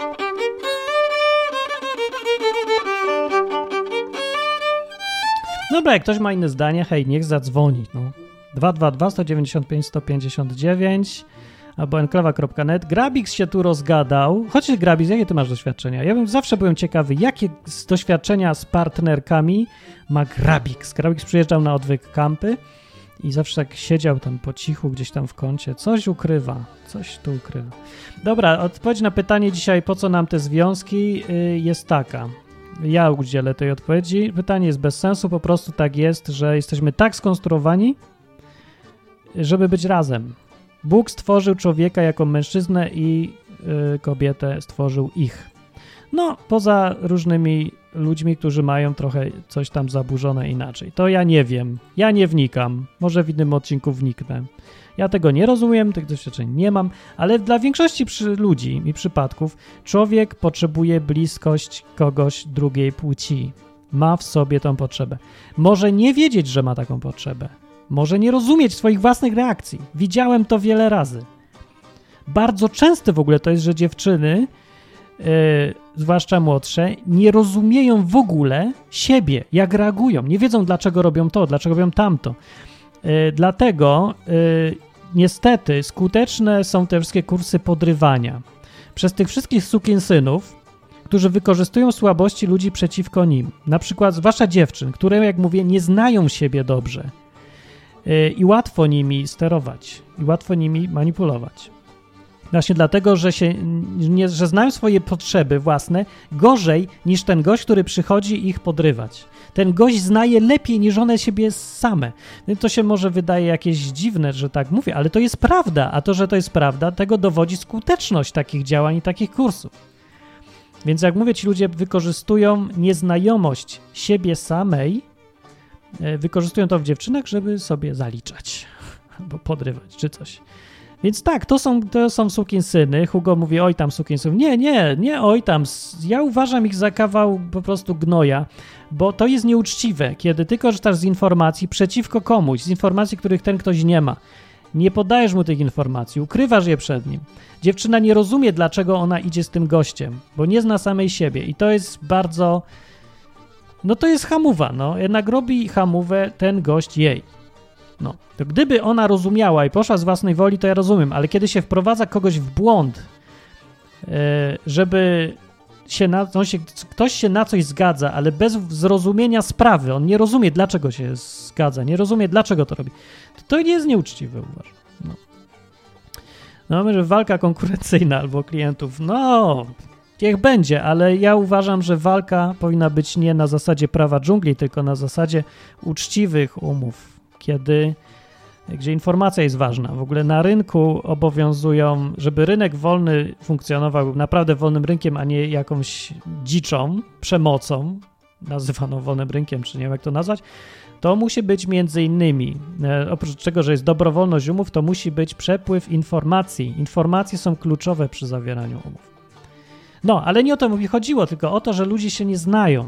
Dobra, jak ktoś ma inne zdanie, hej, niech zadzwoni. 222 195 159 albo enklawa.net. Grabix się tu rozgadał. Chodź, Grabix, jakie ty masz doświadczenia? Ja zawsze byłem ciekawy, jakie doświadczenia z partnerkami ma Grabix. Grabix przyjeżdżał na odwyk kampy i zawsze tak siedział tam po cichu gdzieś tam w kącie. Coś ukrywa. Coś tu ukrywa. Dobra, odpowiedź na pytanie dzisiaj, po co nam te związki, jest taka. Ja udzielę tej odpowiedzi. Pytanie jest bez sensu, po prostu tak jest, że jesteśmy tak skonstruowani, żeby być razem. Bóg stworzył człowieka jako mężczyznę i kobietę stworzył ich. No, poza różnymi ludźmi, którzy mają trochę coś tam zaburzone inaczej. To ja nie wiem, ja nie wnikam. Może w innym odcinku wniknę. Ja tego nie rozumiem, tych doświadczeń nie mam, ale dla większości ludzi i przypadków człowiek potrzebuje bliskość kogoś drugiej płci. Ma w sobie tą potrzebę. Może nie wiedzieć, że ma taką potrzebę. Może nie rozumieć swoich własnych reakcji. Widziałem to wiele razy. Bardzo częste w ogóle to jest, że dziewczyny, zwłaszcza młodsze, nie rozumieją w ogóle siebie, jak reagują. Nie wiedzą, dlaczego robią to, dlaczego robią tamto. Dlatego niestety skuteczne są te wszystkie kursy podrywania. Przez tych wszystkich sukinsynów, którzy wykorzystują słabości ludzi przeciwko nim. Na przykład zwłaszcza dziewczyn, które, jak mówię, nie znają siebie dobrze i łatwo nimi sterować, i łatwo nimi manipulować. Właśnie dlatego, że znają swoje potrzeby własne gorzej niż ten gość, który przychodzi ich podrywać. Ten gość zna je lepiej niż one siebie same. To się może wydaje jakieś dziwne, że tak mówię, ale to jest prawda. A to, że to jest prawda, tego dowodzi skuteczność takich działań i takich kursów. Więc jak mówię, ci ludzie wykorzystują nieznajomość siebie samej, wykorzystują to w dziewczynach, żeby sobie zaliczać albo podrywać czy coś. Więc tak, to są sukinsyny. Hugo mówi, oj tam sukinsynów. Nie, oj tam. Ja uważam ich za kawał po prostu gnoja, bo to jest nieuczciwe, kiedy ty korzystasz z informacji przeciwko komuś, z informacji, których ten ktoś nie ma. Nie podajesz mu tych informacji, ukrywasz je przed nim. Dziewczyna nie rozumie, dlaczego ona idzie z tym gościem, bo nie zna samej siebie i to jest bardzo... No to jest hamuwa, jednak robi hamówę ten gość jej. To gdyby ona rozumiała i poszła z własnej woli, to ja rozumiem, ale kiedy się wprowadza kogoś w błąd, żeby ktoś się na coś zgadza, ale bez zrozumienia sprawy, on nie rozumie, dlaczego się zgadza, nie rozumie, dlaczego to robi, to nie jest nieuczciwe, uważam. Mamy, że walka konkurencyjna albo klientów, niech będzie, ale ja uważam, że walka powinna być nie na zasadzie prawa dżungli, tylko na zasadzie uczciwych umów, gdzie informacja jest ważna. W ogóle na rynku obowiązują, żeby rynek wolny funkcjonował naprawdę wolnym rynkiem, a nie jakąś dziczą, przemocą, nazywaną wolnym rynkiem, czy nie wiem jak to nazwać, to musi być między innymi, oprócz tego, że jest dobrowolność umów, to musi być przepływ informacji. Informacje są kluczowe przy zawieraniu umów. Ale nie o to mi chodziło, tylko o to, że ludzie się nie znają.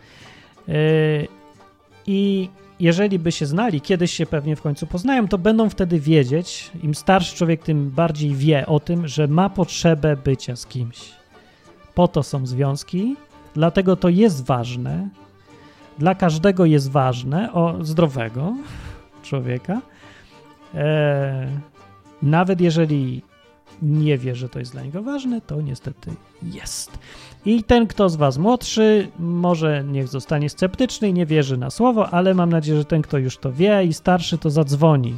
I jeżeli by się znali, kiedyś się pewnie w końcu poznają, to będą wtedy wiedzieć, im starszy człowiek, tym bardziej wie o tym, że ma potrzebę bycia z kimś. Po to są związki, dlatego to jest ważne, dla każdego jest ważne, zdrowego człowieka, nawet jeżeli nie wie, że to jest dla niego ważne, to niestety jest. I ten, kto z was młodszy, może niech zostanie sceptyczny i nie wierzy na słowo, ale mam nadzieję, że ten, kto już to wie i starszy, to zadzwoni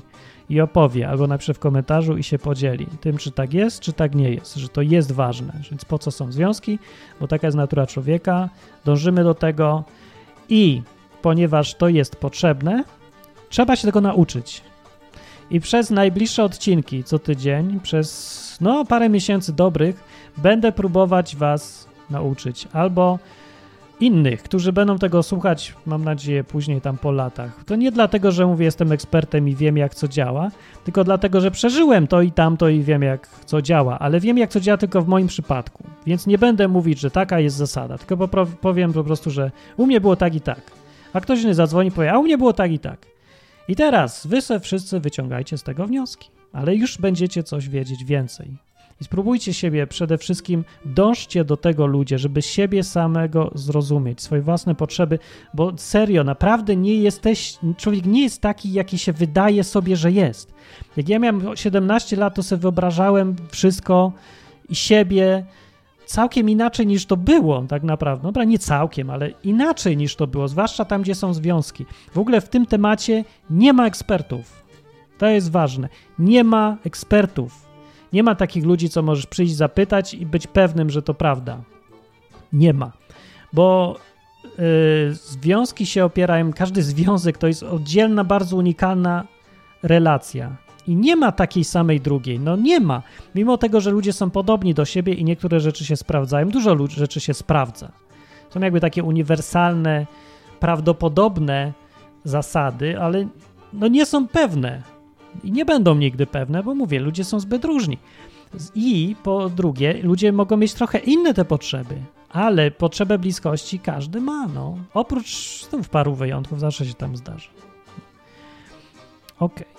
i opowie, albo napisze w komentarzu i się podzieli tym, czy tak jest, czy tak nie jest, że to jest ważne. Więc po co są związki? Bo taka jest natura człowieka, dążymy do tego i ponieważ to jest potrzebne, trzeba się tego nauczyć. I przez najbliższe odcinki co tydzień, przez parę miesięcy dobrych, będę próbować was nauczyć. Albo innych, którzy będą tego słuchać, mam nadzieję, później tam po latach. To nie dlatego, że mówię, jestem ekspertem i wiem, jak co działa, tylko dlatego, że przeżyłem to i tamto i wiem, jak co działa, ale wiem, jak co działa tylko w moim przypadku. Więc nie będę mówić, że taka jest zasada, tylko powiem po prostu, że u mnie było tak i tak. A ktoś inny zadzwoni i powie, a u mnie było tak i tak. I teraz wy se wszyscy wyciągajcie z tego wnioski, ale już będziecie coś wiedzieć więcej. I spróbujcie siebie, przede wszystkim dążcie do tego ludzie, żeby siebie samego zrozumieć, swoje własne potrzeby, bo serio, naprawdę człowiek nie jest taki, jaki się wydaje sobie, że jest. Jak ja miałem 17 lat, to sobie wyobrażałem wszystko i siebie całkiem inaczej niż to było tak naprawdę. Dobra, nie całkiem, ale inaczej niż to było, zwłaszcza tam, gdzie są związki. W ogóle w tym temacie nie ma ekspertów. To jest ważne. Nie ma ekspertów. Nie ma takich ludzi, co możesz przyjść, zapytać i być pewnym, że to prawda. Nie ma. Bo związki się opierają, każdy związek to jest oddzielna, bardzo unikalna relacja. I nie ma takiej samej drugiej. Nie ma. Mimo tego, że ludzie są podobni do siebie i niektóre rzeczy się sprawdzają, dużo rzeczy się sprawdza. Są jakby takie uniwersalne, prawdopodobne zasady, ale nie są pewne. I nie będą nigdy pewne, bo mówię, ludzie są zbyt różni. I po drugie, ludzie mogą mieć trochę inne te potrzeby, ale potrzebę bliskości każdy ma, Oprócz paru wyjątków zawsze się tam zdarza. Okej.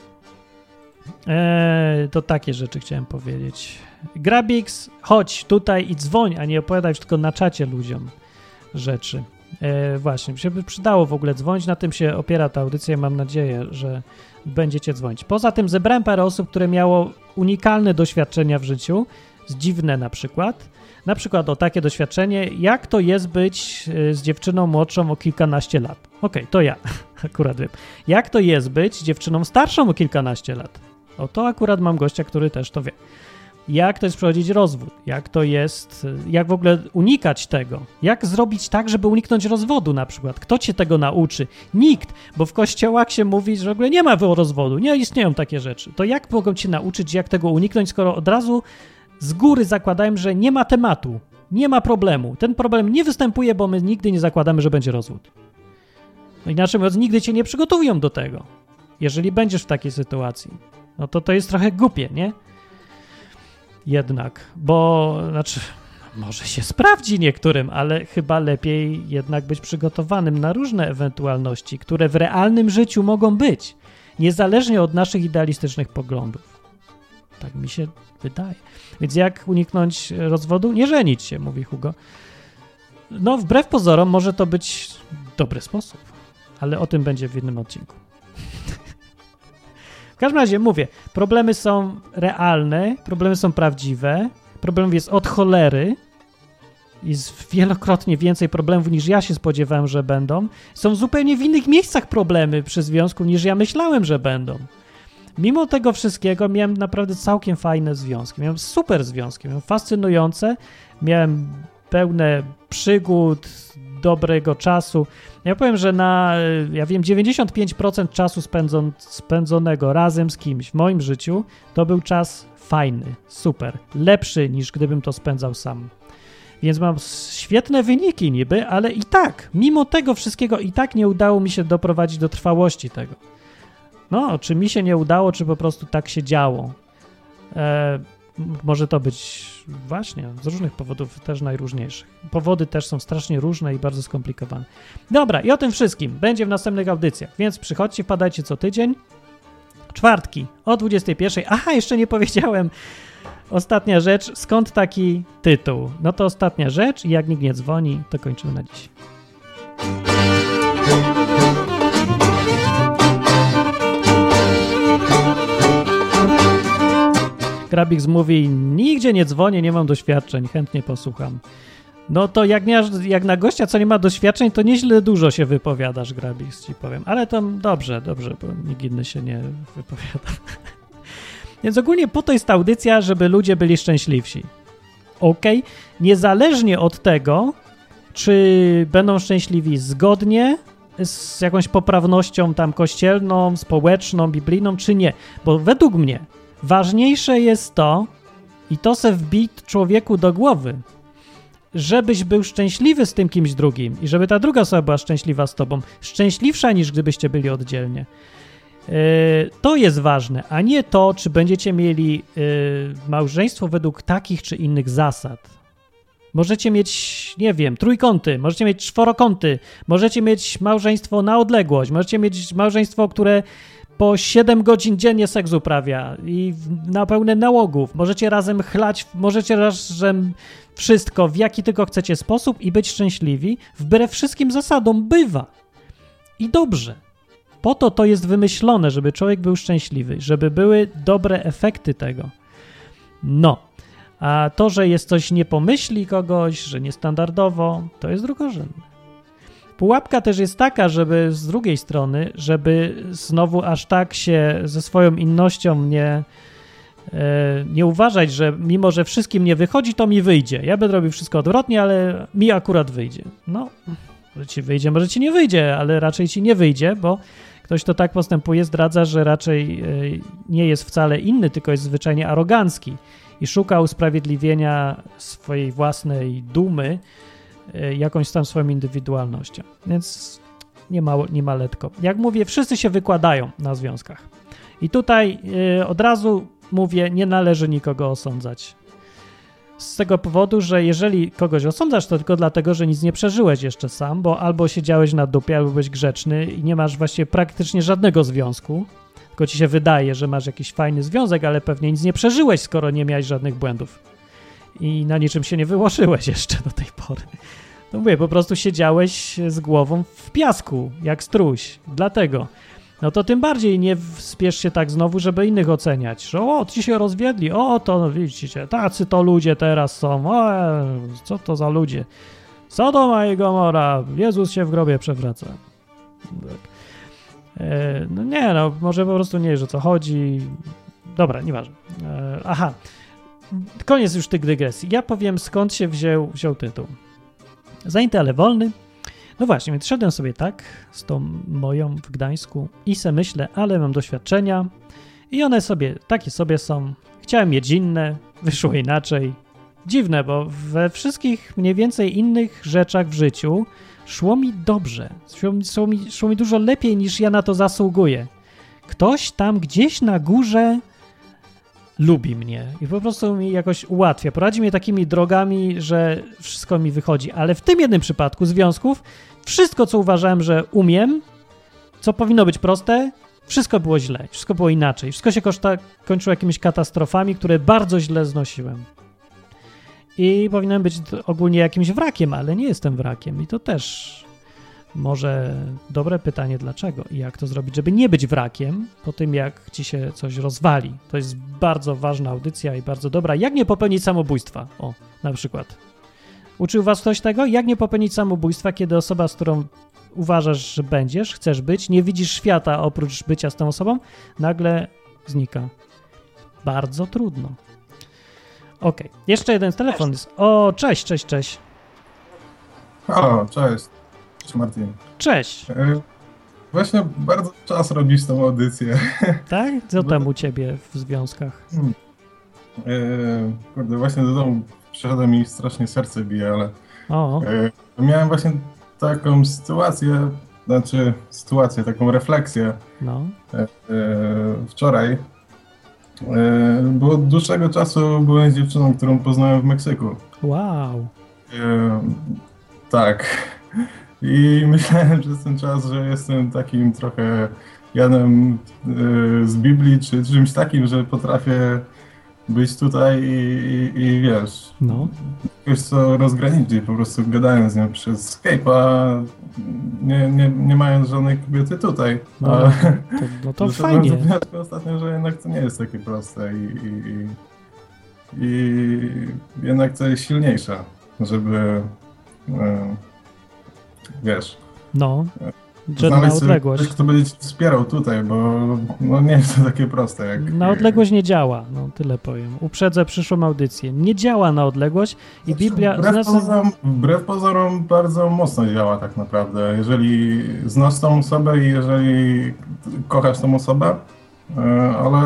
To takie rzeczy chciałem powiedzieć. Grabix, chodź tutaj i dzwoń, a nie opowiadaj tylko na czacie ludziom rzeczy. Właśnie, się by przydało w ogóle dzwonić, na tym się opiera ta audycja i mam nadzieję, że będziecie dzwonić. Poza tym zebrałem parę osób, które miało unikalne doświadczenia w życiu, dziwne na przykład o takie doświadczenie, jak to jest być z dziewczyną młodszą o kilkanaście lat. Okej, to ja akurat wiem. Jak to jest być dziewczyną starszą o kilkanaście lat? To akurat mam gościa, który też to wie. Jak to jest przechodzić rozwód? Jak to jest, jak w ogóle unikać tego? Jak zrobić tak, żeby uniknąć rozwodu na przykład? Kto cię tego nauczy? Nikt, bo w kościołach się mówi, że w ogóle nie ma rozwodu, nie istnieją takie rzeczy. To jak mogą cię nauczyć, jak tego uniknąć, skoro od razu z góry zakładają, że nie ma tematu, nie ma problemu. Ten problem nie występuje, bo my nigdy nie zakładamy, że będzie rozwód. Inaczej mówiąc, nigdy cię nie przygotowują do tego, jeżeli będziesz w takiej sytuacji. To jest trochę głupie, nie? Jednak, może się sprawdzi niektórym, ale chyba lepiej jednak być przygotowanym na różne ewentualności, które w realnym życiu mogą być, niezależnie od naszych idealistycznych poglądów. Tak mi się wydaje. Więc jak uniknąć rozwodu? Nie żenić się, mówi Hugo. Wbrew pozorom może to być dobry sposób, ale o tym będzie w innym odcinku. W każdym razie mówię, problemy są realne, problemy są prawdziwe, problemów jest od cholery, jest wielokrotnie więcej problemów niż ja się spodziewałem, że będą. Są zupełnie w innych miejscach problemy przy związku niż ja myślałem, że będą. Mimo tego wszystkiego miałem naprawdę całkiem fajne związki, miałem super związki, miałem fascynujące, miałem pełne przygód, dobrego czasu. Ja powiem, że 95% czasu spędzonego razem z kimś w moim życiu to był czas fajny, super, lepszy niż gdybym to spędzał sam. Więc mam świetne wyniki niby, ale i tak, mimo tego wszystkiego i tak nie udało mi się doprowadzić do trwałości tego. Czy mi się nie udało, czy po prostu tak się działo. Może to być właśnie z różnych powodów, też najróżniejszych. Powody też są strasznie różne i bardzo skomplikowane. Dobra, i o tym wszystkim będzie w następnych audycjach, więc przychodźcie, wpadajcie co tydzień. Czwartki o 21:00. Aha, jeszcze nie powiedziałem. Ostatnia rzecz, skąd taki tytuł? To ostatnia rzecz i jak nikt nie dzwoni, to kończymy na dziś. Grabix mówi, nigdzie nie dzwonię, nie mam doświadczeń, chętnie posłucham. No to jak na gościa, co nie ma doświadczeń, to nieźle dużo się wypowiadasz, Grabis, ci powiem. Ale to dobrze, bo nikt inny się nie wypowiada. Więc ogólnie po to jest ta audycja, żeby ludzie byli szczęśliwsi. Okej? Niezależnie od tego, czy będą szczęśliwi zgodnie z jakąś poprawnością tam kościelną, społeczną, biblijną, czy nie. Bo według mnie ważniejsze jest to, i to se wbij człowieku do głowy, żebyś był szczęśliwy z tym kimś drugim i żeby ta druga osoba była szczęśliwa z tobą. Szczęśliwsza niż gdybyście byli oddzielnie. To jest ważne, a nie to, czy będziecie mieli małżeństwo według takich czy innych zasad. Możecie mieć, nie wiem, trójkąty, możecie mieć czworokąty, możecie mieć małżeństwo na odległość, możecie mieć małżeństwo, które po 7 godzin dziennie seks uprawia i na pełne nałogów. Możecie razem chlać, możecie razem wszystko, w jaki tylko chcecie sposób i być szczęśliwi. Wbrew wszystkim zasadom bywa. I dobrze. Po to jest wymyślone, żeby człowiek był szczęśliwy, żeby były dobre efekty tego. No. A to, że jest coś nie pomyśli kogoś, że niestandardowo, to jest drugorzędne. Pułapka też jest taka, żeby z drugiej strony, żeby znowu aż tak się ze swoją innością nie uważać, że mimo, że wszystkim nie wychodzi, to mi wyjdzie. Ja będę robił wszystko odwrotnie, ale mi akurat wyjdzie. No, może ci wyjdzie, może ci nie wyjdzie, ale raczej ci nie wyjdzie, bo ktoś, kto tak postępuje, zdradza, że raczej nie jest wcale inny, tylko jest zwyczajnie arogancki i szuka usprawiedliwienia swojej własnej dumy jakąś tam swoją indywidualnością. Więc nie ma letko. Jak mówię, wszyscy się wykładają na związkach. I tutaj od razu mówię, nie należy nikogo osądzać. Z tego powodu, że jeżeli kogoś osądzasz, to tylko dlatego, że nic nie przeżyłeś jeszcze sam, bo albo siedziałeś na dupie, albo byłeś grzeczny i nie masz właściwie praktycznie żadnego związku, tylko ci się wydaje, że masz jakiś fajny związek, ale pewnie nic nie przeżyłeś, skoro nie miałeś żadnych błędów. I na niczym się nie wyłożyłeś jeszcze do tej pory. No mówię, po prostu siedziałeś z głową w piasku, jak struś. Dlatego. No to tym bardziej nie spiesz się tak znowu, żeby innych oceniać. Że ci się rozwiedli, to no widzicie, tacy to ludzie teraz są. Co to za ludzie? Sodoma i Gomora, Jezus się w grobie przewraca. Tak. No nie, no może po prostu nie wiesz, o co chodzi. Dobra, nieważne. Aha. Koniec już tych dygresji. Ja powiem, skąd się wziął tytuł. Zajęty, ale wolny. No właśnie, więc szedłem sobie tak z tą moją w Gdańsku i se myślę, ale mam doświadczenia i one takie sobie są. Chciałem mieć inne, wyszło inaczej. Dziwne, bo we wszystkich mniej więcej innych rzeczach w życiu szło mi dobrze. Szło mi dużo lepiej, niż ja na to zasługuję. Ktoś tam gdzieś na górze lubi mnie i po prostu mi jakoś ułatwia. Prowadzi mnie takimi drogami, że wszystko mi wychodzi. Ale w tym jednym przypadku związków wszystko, co uważałem, że umiem, co powinno być proste, wszystko było źle. Wszystko było inaczej. Wszystko się kończyło jakimiś katastrofami, które bardzo źle znosiłem. I powinienem być ogólnie jakimś wrakiem, ale nie jestem wrakiem. I to też może dobre pytanie, dlaczego i jak to zrobić, żeby nie być wrakiem po tym, jak ci się coś rozwali. To jest bardzo ważna audycja i bardzo dobra. Jak nie popełnić samobójstwa? O, na przykład. Uczył was ktoś tego? Jak nie popełnić samobójstwa, kiedy osoba, z którą uważasz, że chcesz być, nie widzisz świata oprócz bycia z tą osobą, nagle znika. Bardzo trudno. Okej. Jeszcze jeden telefon jest. O, cześć. Halo, cześć. Cześć Martin. Cześć. Właśnie bardzo czas robisz tą audycję. Tak? Co tam u ciebie w związkach? Kurde, właśnie do domu przyszedłem i strasznie serce bije, ale miałem właśnie taką sytuację, taką refleksję wczoraj, bo od dłuższego czasu byłem z dziewczyną, którą poznałem w Meksyku. Wow. Tak. I myślałem przez ten czas, że jestem takim trochę Janem z Biblii, czy czymś takim, że potrafię być tutaj i wiesz, jakoś co rozgraniczyć, po prostu gadając z nią przez Skype'a, nie mając żadnej kobiety tutaj. To fajnie. Ostatnio, że jednak to nie jest takie proste i jednak to jest silniejsza, żeby wiesz... No, że na odległość. Ktoś, kto będzie ci wspierał tutaj, bo no nie jest to takie proste. Jak... Na odległość nie działa, no tyle powiem. Uprzedzę przyszłą audycję. Nie działa na odległość i Biblia... Wbrew pozorom bardzo mocno działa tak naprawdę. Jeżeli znasz tą osobę i jeżeli kochasz tą osobę, ale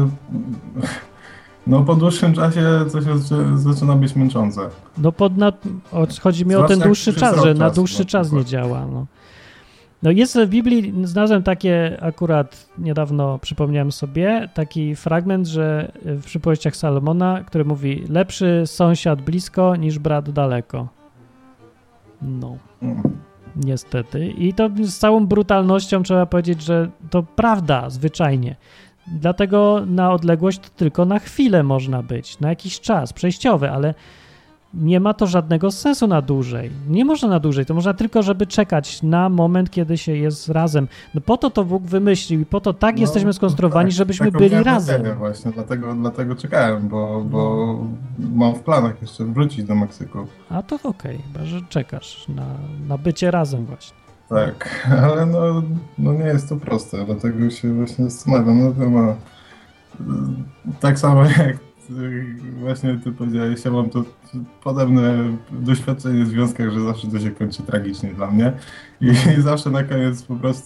no po dłuższym czasie coś zaczyna być męczące. No chodzi mi o ten dłuższy czas, że na dłuższy czas nie działa, no. No jest w Biblii, znalazłem takie akurat niedawno, przypomniałem sobie, taki fragment, że w przypowieściach Salomona, który mówi: lepszy sąsiad blisko niż brat daleko. No, niestety. I to z całą brutalnością trzeba powiedzieć, że to prawda zwyczajnie. Dlatego na odległość to tylko na chwilę można być, na jakiś czas przejściowy, ale nie ma to żadnego sensu na dłużej. Nie można na dłużej, to można tylko, żeby czekać na moment, kiedy się jest razem. No po to Bóg wymyślił i po to jesteśmy skonstruowani, tak, żebyśmy byli razem. Właśnie, dlatego czekałem, bo mam w planach jeszcze wrócić do Meksyku. A to okej, chyba że czekasz na bycie razem właśnie. Tak, ale no nie jest to proste, dlatego się właśnie zastanawiam. No to ma tak samo jak właśnie ty powiedziałeś, ja mam to podobne doświadczenie w związkach, że zawsze to się kończy tragicznie dla mnie i zawsze na koniec po prostu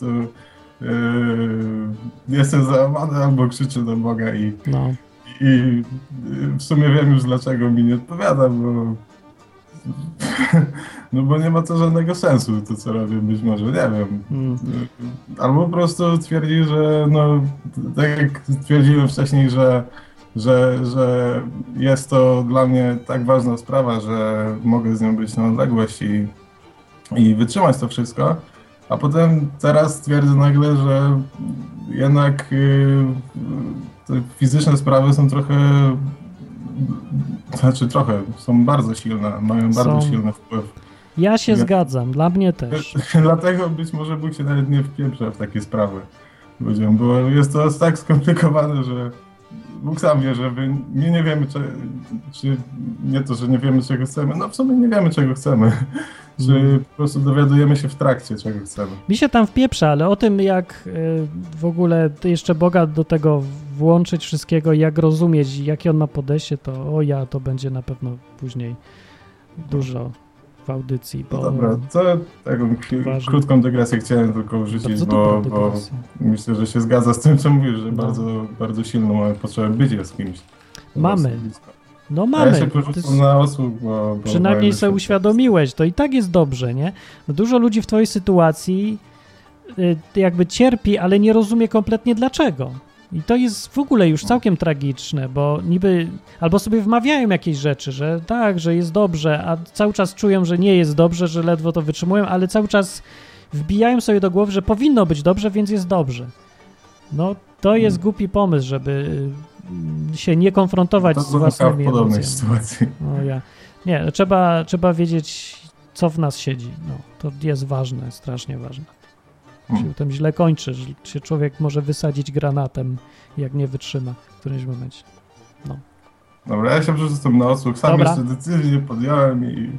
jestem załamany albo krzyczę do Boga i w sumie wiem już dlaczego mi nie odpowiada, bo nie ma to żadnego sensu, to co robię, być może, nie wiem. Albo po prostu twierdzi, że tak jak twierdziłem wcześniej, że jest to dla mnie tak ważna sprawa, że mogę z nią być na odległość i wytrzymać to wszystko, a potem teraz twierdzę nagle, że jednak te fizyczne sprawy są są bardzo silne, mają bardzo silny wpływ. Ja się zgadzam, dla mnie też. Dlatego być może Bóg się nawet nie wpieprza w takie sprawy ludziom, bo jest to tak skomplikowane, że Bóg sam wie, że my nie wiemy, czy nie to, że nie wiemy, czego chcemy, no w sumie nie wiemy, czego chcemy. Że po prostu dowiadujemy się w trakcie, czego chcemy. Mi się tam wpieprza, ale o tym, jak w ogóle jeszcze Boga do tego włączyć wszystkiego, jak rozumieć, jakie on ma podejście, to będzie na pewno później dużo w audycji. No dobra, to taką krótką dygresję chciałem tylko wrzucić, bo myślę, że się zgadza z tym, co mówisz, że bardzo, bardzo silną mamy potrzebę bycia z kimś. Mamy. No mamy. Ja się porzucam na osług, bo przynajmniej sobie uświadomiłeś, to i tak jest dobrze, nie? No dużo ludzi w twojej sytuacji jakby cierpi, ale nie rozumie kompletnie dlaczego. I to jest w ogóle już całkiem tragiczne, bo niby albo sobie wmawiają jakieś rzeczy, że tak, że jest dobrze, a cały czas czują, że nie jest dobrze, że ledwo to wytrzymują, ale cały czas wbijają sobie do głowy, że powinno być dobrze, więc jest dobrze. No to jest głupi pomysł, żeby się nie konfrontować z własnymi emocjami. Sytuacji. Nie, trzeba wiedzieć, co w nas siedzi. No, to jest ważne, strasznie ważne. Się tam źle kończy, że się człowiek może wysadzić granatem, jak nie wytrzyma w którymś momencie. No. Dobra, ja się przerzucam na odsłuch. Sam jeszcze decyzji nie podjąłem i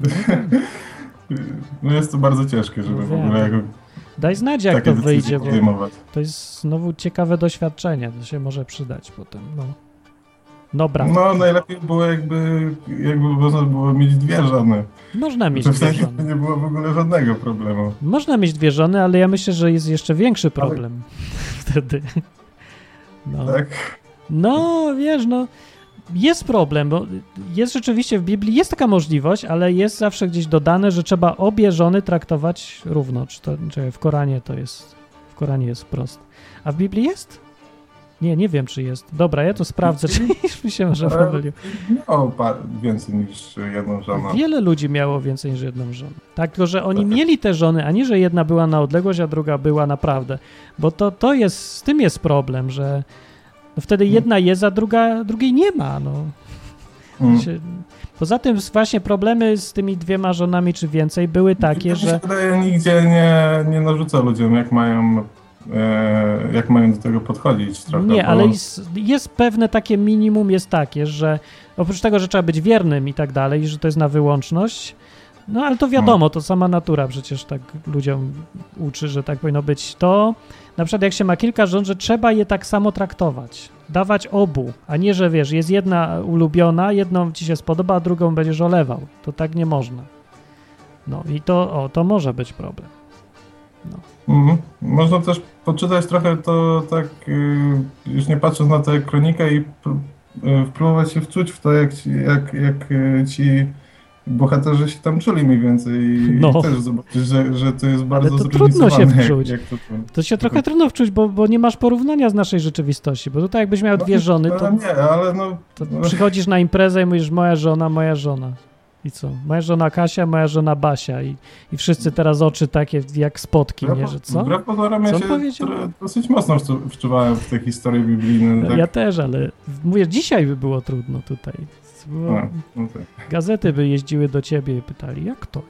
no jest to bardzo ciężkie, żeby w ogóle jako daj znać, jak to wyjdzie, bo to jest znowu ciekawe doświadczenie, to się może przydać potem. Dobra. No najlepiej było jakby można było mieć dwie żony. Można mieć dwie żony. Nie było w ogóle żadnego problemu. Można mieć dwie żony, ale ja myślę, że jest jeszcze większy problem wtedy. No. Tak? No, wiesz, jest problem, bo jest rzeczywiście w Biblii, jest taka możliwość, ale jest zawsze gdzieś dodane, że trzeba obie żony traktować równo. Czy w Koranie w Koranie jest wprost. A w Biblii jest? Nie wiem, czy jest. Dobra, ja to sprawdzę, czy mi się może pomylił. Miało więcej niż jedną żonę. Wiele ludzi miało więcej niż jedną żonę. Tak, tylko że oni mieli te żony, a nie, że jedna była na odległość, a druga była naprawdę. Bo to jest, z tym jest problem, że wtedy jedna jest, a drugiej nie ma. Poza tym właśnie problemy z tymi dwiema żonami czy więcej były takie, że... Nigdzie nie narzuca ludziom, jak mają do tego podchodzić trochę. Nie, ale jest pewne takie minimum, jest takie, że oprócz tego, że trzeba być wiernym i tak dalej, że to jest na wyłączność, No ale to wiadomo, to sama natura przecież tak ludziom uczy, że tak powinno być. To na przykład jak się ma kilka żon, że trzeba je tak samo traktować. Dawać obu, a nie, że wiesz, jest jedna ulubiona, jedną ci się spodoba, a drugą będziesz olewał. To tak nie można. No i to może być problem. No. Można też poczytać trochę to tak, już nie patrząc na tę kronikę i próbować się wczuć w to, jak ci bohaterzy się tam czuli mniej więcej i też zobaczyć, że to jest bardzo trudno się wczuć. To się trochę tylko... trudno wczuć, bo nie masz porównania z naszej rzeczywistości, bo tutaj jakbyś miał dwie żony, to, nie, ale no, to przychodzisz na imprezę i mówisz moja żona. I co? Moja żona Kasia, moja żona Basia i wszyscy teraz oczy takie jak spotki, nie? Że co? Wbrew pozorom ja się dosyć mocno wczuwałem w te historie biblijne. Tak? Ja też, ale mówię, dzisiaj by było trudno tutaj. Tak. Gazety by jeździły do ciebie i pytali, jak to?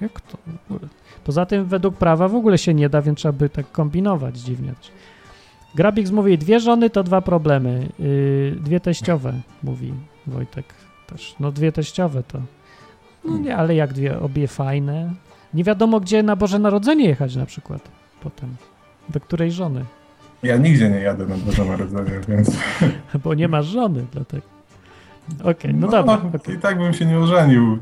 Poza tym według prawa w ogóle się nie da, więc trzeba by tak kombinować dziwnie. Grabik mówi, 2 żony to 2 problemy. 2 teściowe, mówi Wojtek też. No 2 teściowe to... No nie, ale jak 2, obie fajne. Nie wiadomo, gdzie na Boże Narodzenie jechać na przykład potem. Do której żony. Ja nigdzie nie jadę na Boże Narodzenie, więc... Bo nie masz żony, dlatego. Okej, no dobra. Okay. I tak bym się nie ożenił.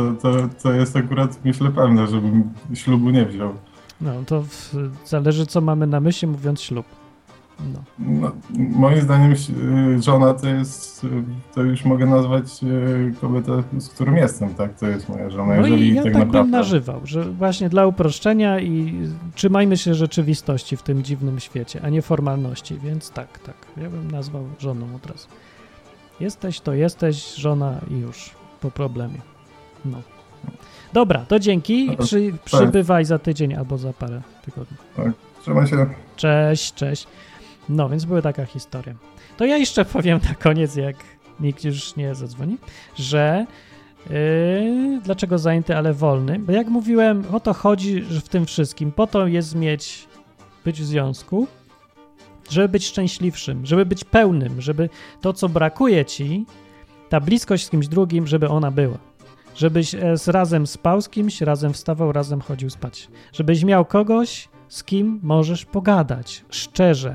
To jest akurat, myślę, pewne, żebym ślubu nie wziął. No, to zależy, co mamy na myśli, mówiąc ślub. No, moim zdaniem żona to już mogę nazwać kobietę, z którą jestem, tak? To jest moja żona. No jeżeli i ja tak tak naprawdę... bym nażywał, że właśnie dla uproszczenia i trzymajmy się rzeczywistości w tym dziwnym świecie, a nie formalności, więc tak. Ja bym nazwał żoną od razu. Jesteś, to jesteś, żona i już, po problemie. No. Dobra, to dzięki. Przybywaj za tydzień albo za parę tygodni. Tak, trzymaj się. Cześć. No, więc była taka historia. To ja jeszcze powiem na koniec, jak nikt już nie zadzwoni, że dlaczego zajęty, ale wolny? Bo jak mówiłem, o to chodzi że w tym wszystkim. Po to jest być w związku, żeby być szczęśliwszym, żeby być pełnym, żeby to, co brakuje ci, ta bliskość z kimś drugim, żeby ona była. Żebyś razem spał z kimś, razem wstawał, razem chodził spać. Żebyś miał kogoś, z kim możesz pogadać, szczerze,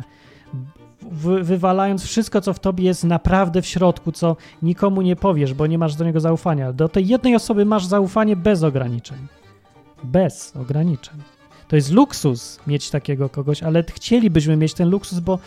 wywalając wszystko, co w tobie jest naprawdę w środku, co nikomu nie powiesz, bo nie masz do niego zaufania. Do tej jednej osoby masz zaufanie bez ograniczeń. Bez ograniczeń. To jest luksus mieć takiego kogoś, ale chcielibyśmy mieć ten luksus, bo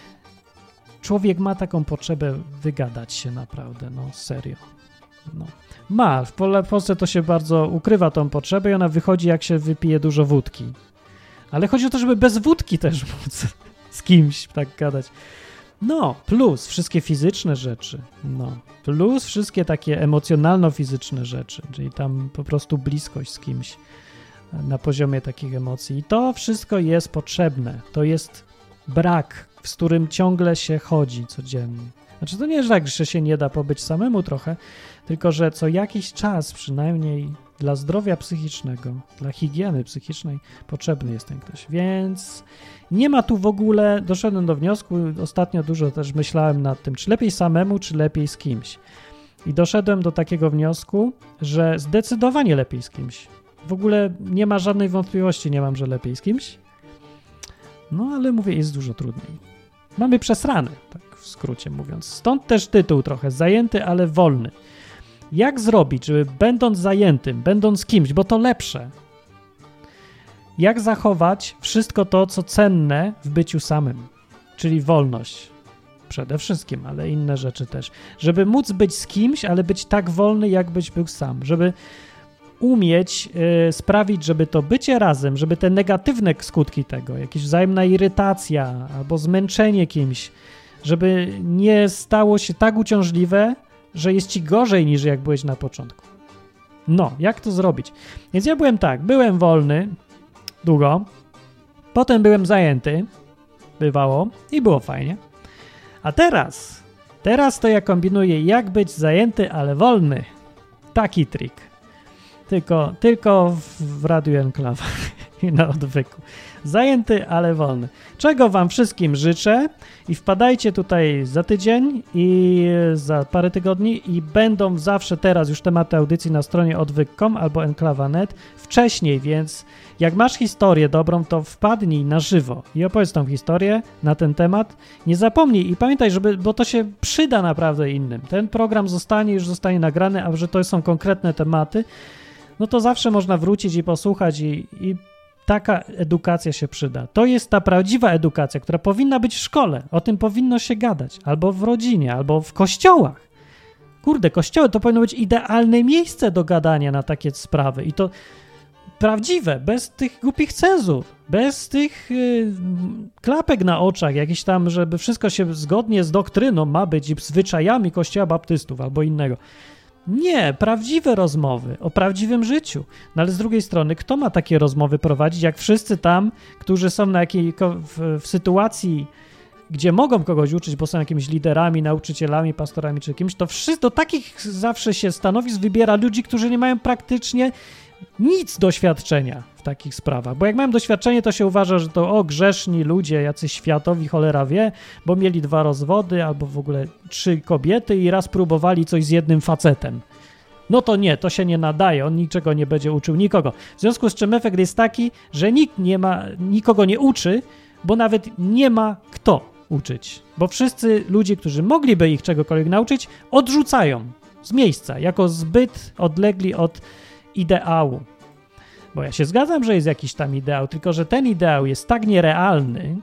człowiek ma taką potrzebę wygadać się naprawdę, no serio. No. W Polsce to się bardzo ukrywa tą potrzebę i ona wychodzi, jak się wypije dużo wódki. Ale chodzi o to, żeby bez wódki też móc z kimś tak gadać. No, plus wszystkie fizyczne rzeczy. No, plus wszystkie takie emocjonalno-fizyczne rzeczy, czyli tam po prostu bliskość z kimś na poziomie takich emocji. I to wszystko jest potrzebne. To jest brak, z którym ciągle się chodzi codziennie. Znaczy to nie jest tak, że się nie da pobyć samemu trochę, tylko że co jakiś czas przynajmniej dla zdrowia psychicznego, dla higieny psychicznej potrzebny jest ten ktoś. Więc nie ma tu w ogóle, doszedłem do wniosku, ostatnio dużo też myślałem nad tym, czy lepiej samemu, czy lepiej z kimś. I doszedłem do takiego wniosku, że zdecydowanie lepiej z kimś. W ogóle nie ma żadnej wątpliwości, nie mam, że lepiej z kimś. No ale mówię, jest dużo trudniej. Mamy przesrane, tak w skrócie mówiąc. Stąd też tytuł trochę, zajęty, ale wolny. Jak zrobić, żeby będąc zajętym, będąc z kimś, bo to lepsze, jak zachować wszystko to, co cenne w byciu samym, czyli wolność przede wszystkim, ale inne rzeczy też. Żeby móc być z kimś, ale być tak wolny, jakbyś był sam. Żeby umieć sprawić, żeby to bycie razem, żeby te negatywne skutki tego, jakaś wzajemna irytacja albo zmęczenie kimś, żeby nie stało się tak uciążliwe, że jest ci gorzej niż jak byłeś na początku. No, jak to zrobić? Więc ja byłem wolny długo, potem byłem zajęty, bywało i było fajnie. A teraz to ja kombinuję, jak być zajęty, ale wolny. Taki trik. Tylko w Radiu Enklawa. i na odwyku. Zajęty, ale wolny. Czego wam wszystkim życzę i wpadajcie tutaj za tydzień i za parę tygodni i będą zawsze teraz już tematy audycji na stronie odwyk.com albo enklawa.net wcześniej, więc jak masz historię dobrą, to wpadnij na żywo i opowiedz tą historię na ten temat. Nie zapomnij i pamiętaj, bo to się przyda naprawdę innym. Ten program zostanie nagrany, a że to są konkretne tematy, no to zawsze można wrócić i posłuchać i taka edukacja się przyda. To jest ta prawdziwa edukacja, która powinna być w szkole. O tym powinno się gadać. Albo w rodzinie, albo w kościołach. Kurde, kościoły to powinno być idealne miejsce do gadania na takie sprawy. I to prawdziwe, bez tych głupich cenzur, bez tych klapek na oczach, jakieś tam, żeby wszystko się zgodnie z doktryną ma być i zwyczajami kościoła baptystów albo innego. Nie, prawdziwe rozmowy o prawdziwym życiu. No ale z drugiej strony, kto ma takie rozmowy prowadzić, jak wszyscy tam, którzy są w sytuacji, gdzie mogą kogoś uczyć, bo są jakimiś liderami, nauczycielami, pastorami czy kimś, to do takich zawsze się stanowisk wybiera ludzi, którzy nie mają praktycznie nic doświadczenia w takich sprawach. Bo jak mają doświadczenie, to się uważa, że to grzeszni ludzie, jacyś światowi, cholera wie, bo mieli 2 rozwody albo w ogóle 3 kobiety i raz próbowali coś z jednym facetem. No to nie, to się nie nadaje, on niczego nie będzie uczył nikogo. W związku z czym efekt jest taki, że nikt nikogo nie uczy, bo nawet nie ma kto uczyć. Bo wszyscy ludzie, którzy mogliby ich czegokolwiek nauczyć, odrzucają z miejsca, jako zbyt odlegli od ideału. Bo ja się zgadzam, że jest jakiś tam ideał, tylko że ten ideał jest tak nierealny,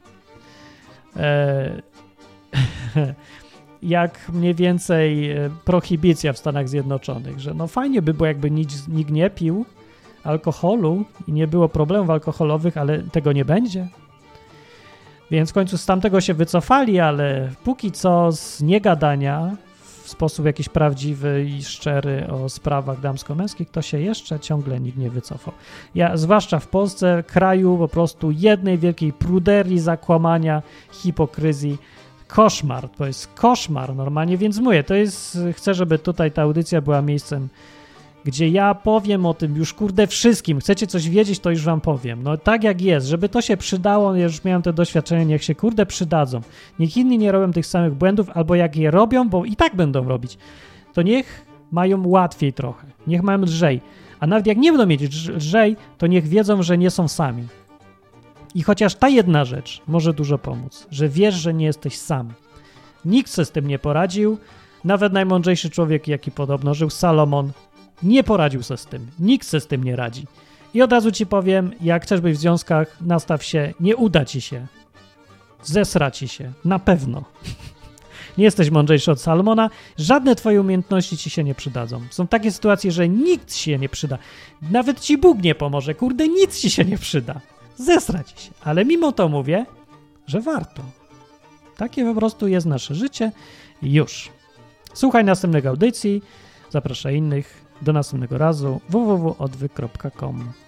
jak mniej więcej prohibicja w Stanach Zjednoczonych, że no fajnie by było, jakby nikt nie pił alkoholu i nie było problemów alkoholowych, ale tego nie będzie. Więc w końcu z tamtego się wycofali, ale póki co z niegadania w sposób jakiś prawdziwy i szczery o sprawach damsko-męskich, to się jeszcze ciągle nikt nie wycofał. Zwłaszcza w Polsce, kraju po prostu jednej wielkiej pruderii, zakłamania, hipokryzji. Koszmar, to jest koszmar normalnie, więc mówię, chcę, żeby tutaj ta audycja była miejscem, gdzie ja powiem o tym już wszystkim. Chcecie coś wiedzieć, to już wam powiem. No tak jak jest, żeby to się przydało, ja już miałem te doświadczenia, niech się przydadzą. Niech inni nie robią tych samych błędów, albo jak je robią, bo i tak będą robić, to niech mają łatwiej trochę, niech mają lżej. A nawet jak nie będą mieć lżej, to niech wiedzą, że nie są sami. I chociaż ta jedna rzecz może dużo pomóc, że wiesz, że nie jesteś sam. Nikt sobie z tym nie poradził, nawet najmądrzejszy człowiek, jaki podobno żył, Salomon, nie poradził sobie z tym. Nikt sobie z tym nie radzi. I od razu ci powiem, jak chcesz być w związkach, nastaw się, nie uda ci się. Zesra ci się. Na pewno. Nie jesteś mądrzejszy od Salomona, żadne twoje umiejętności ci się nie przydadzą. Są takie sytuacje, że nikt ci się nie przyda. Nawet ci Bóg nie pomoże. Kurde, nic ci się nie przyda. Zesra ci się. Ale mimo to mówię, że warto. Takie po prostu jest nasze życie i już. Słuchaj następnych audycji, zapraszaj innych. Do następnego razu www.odwyk.com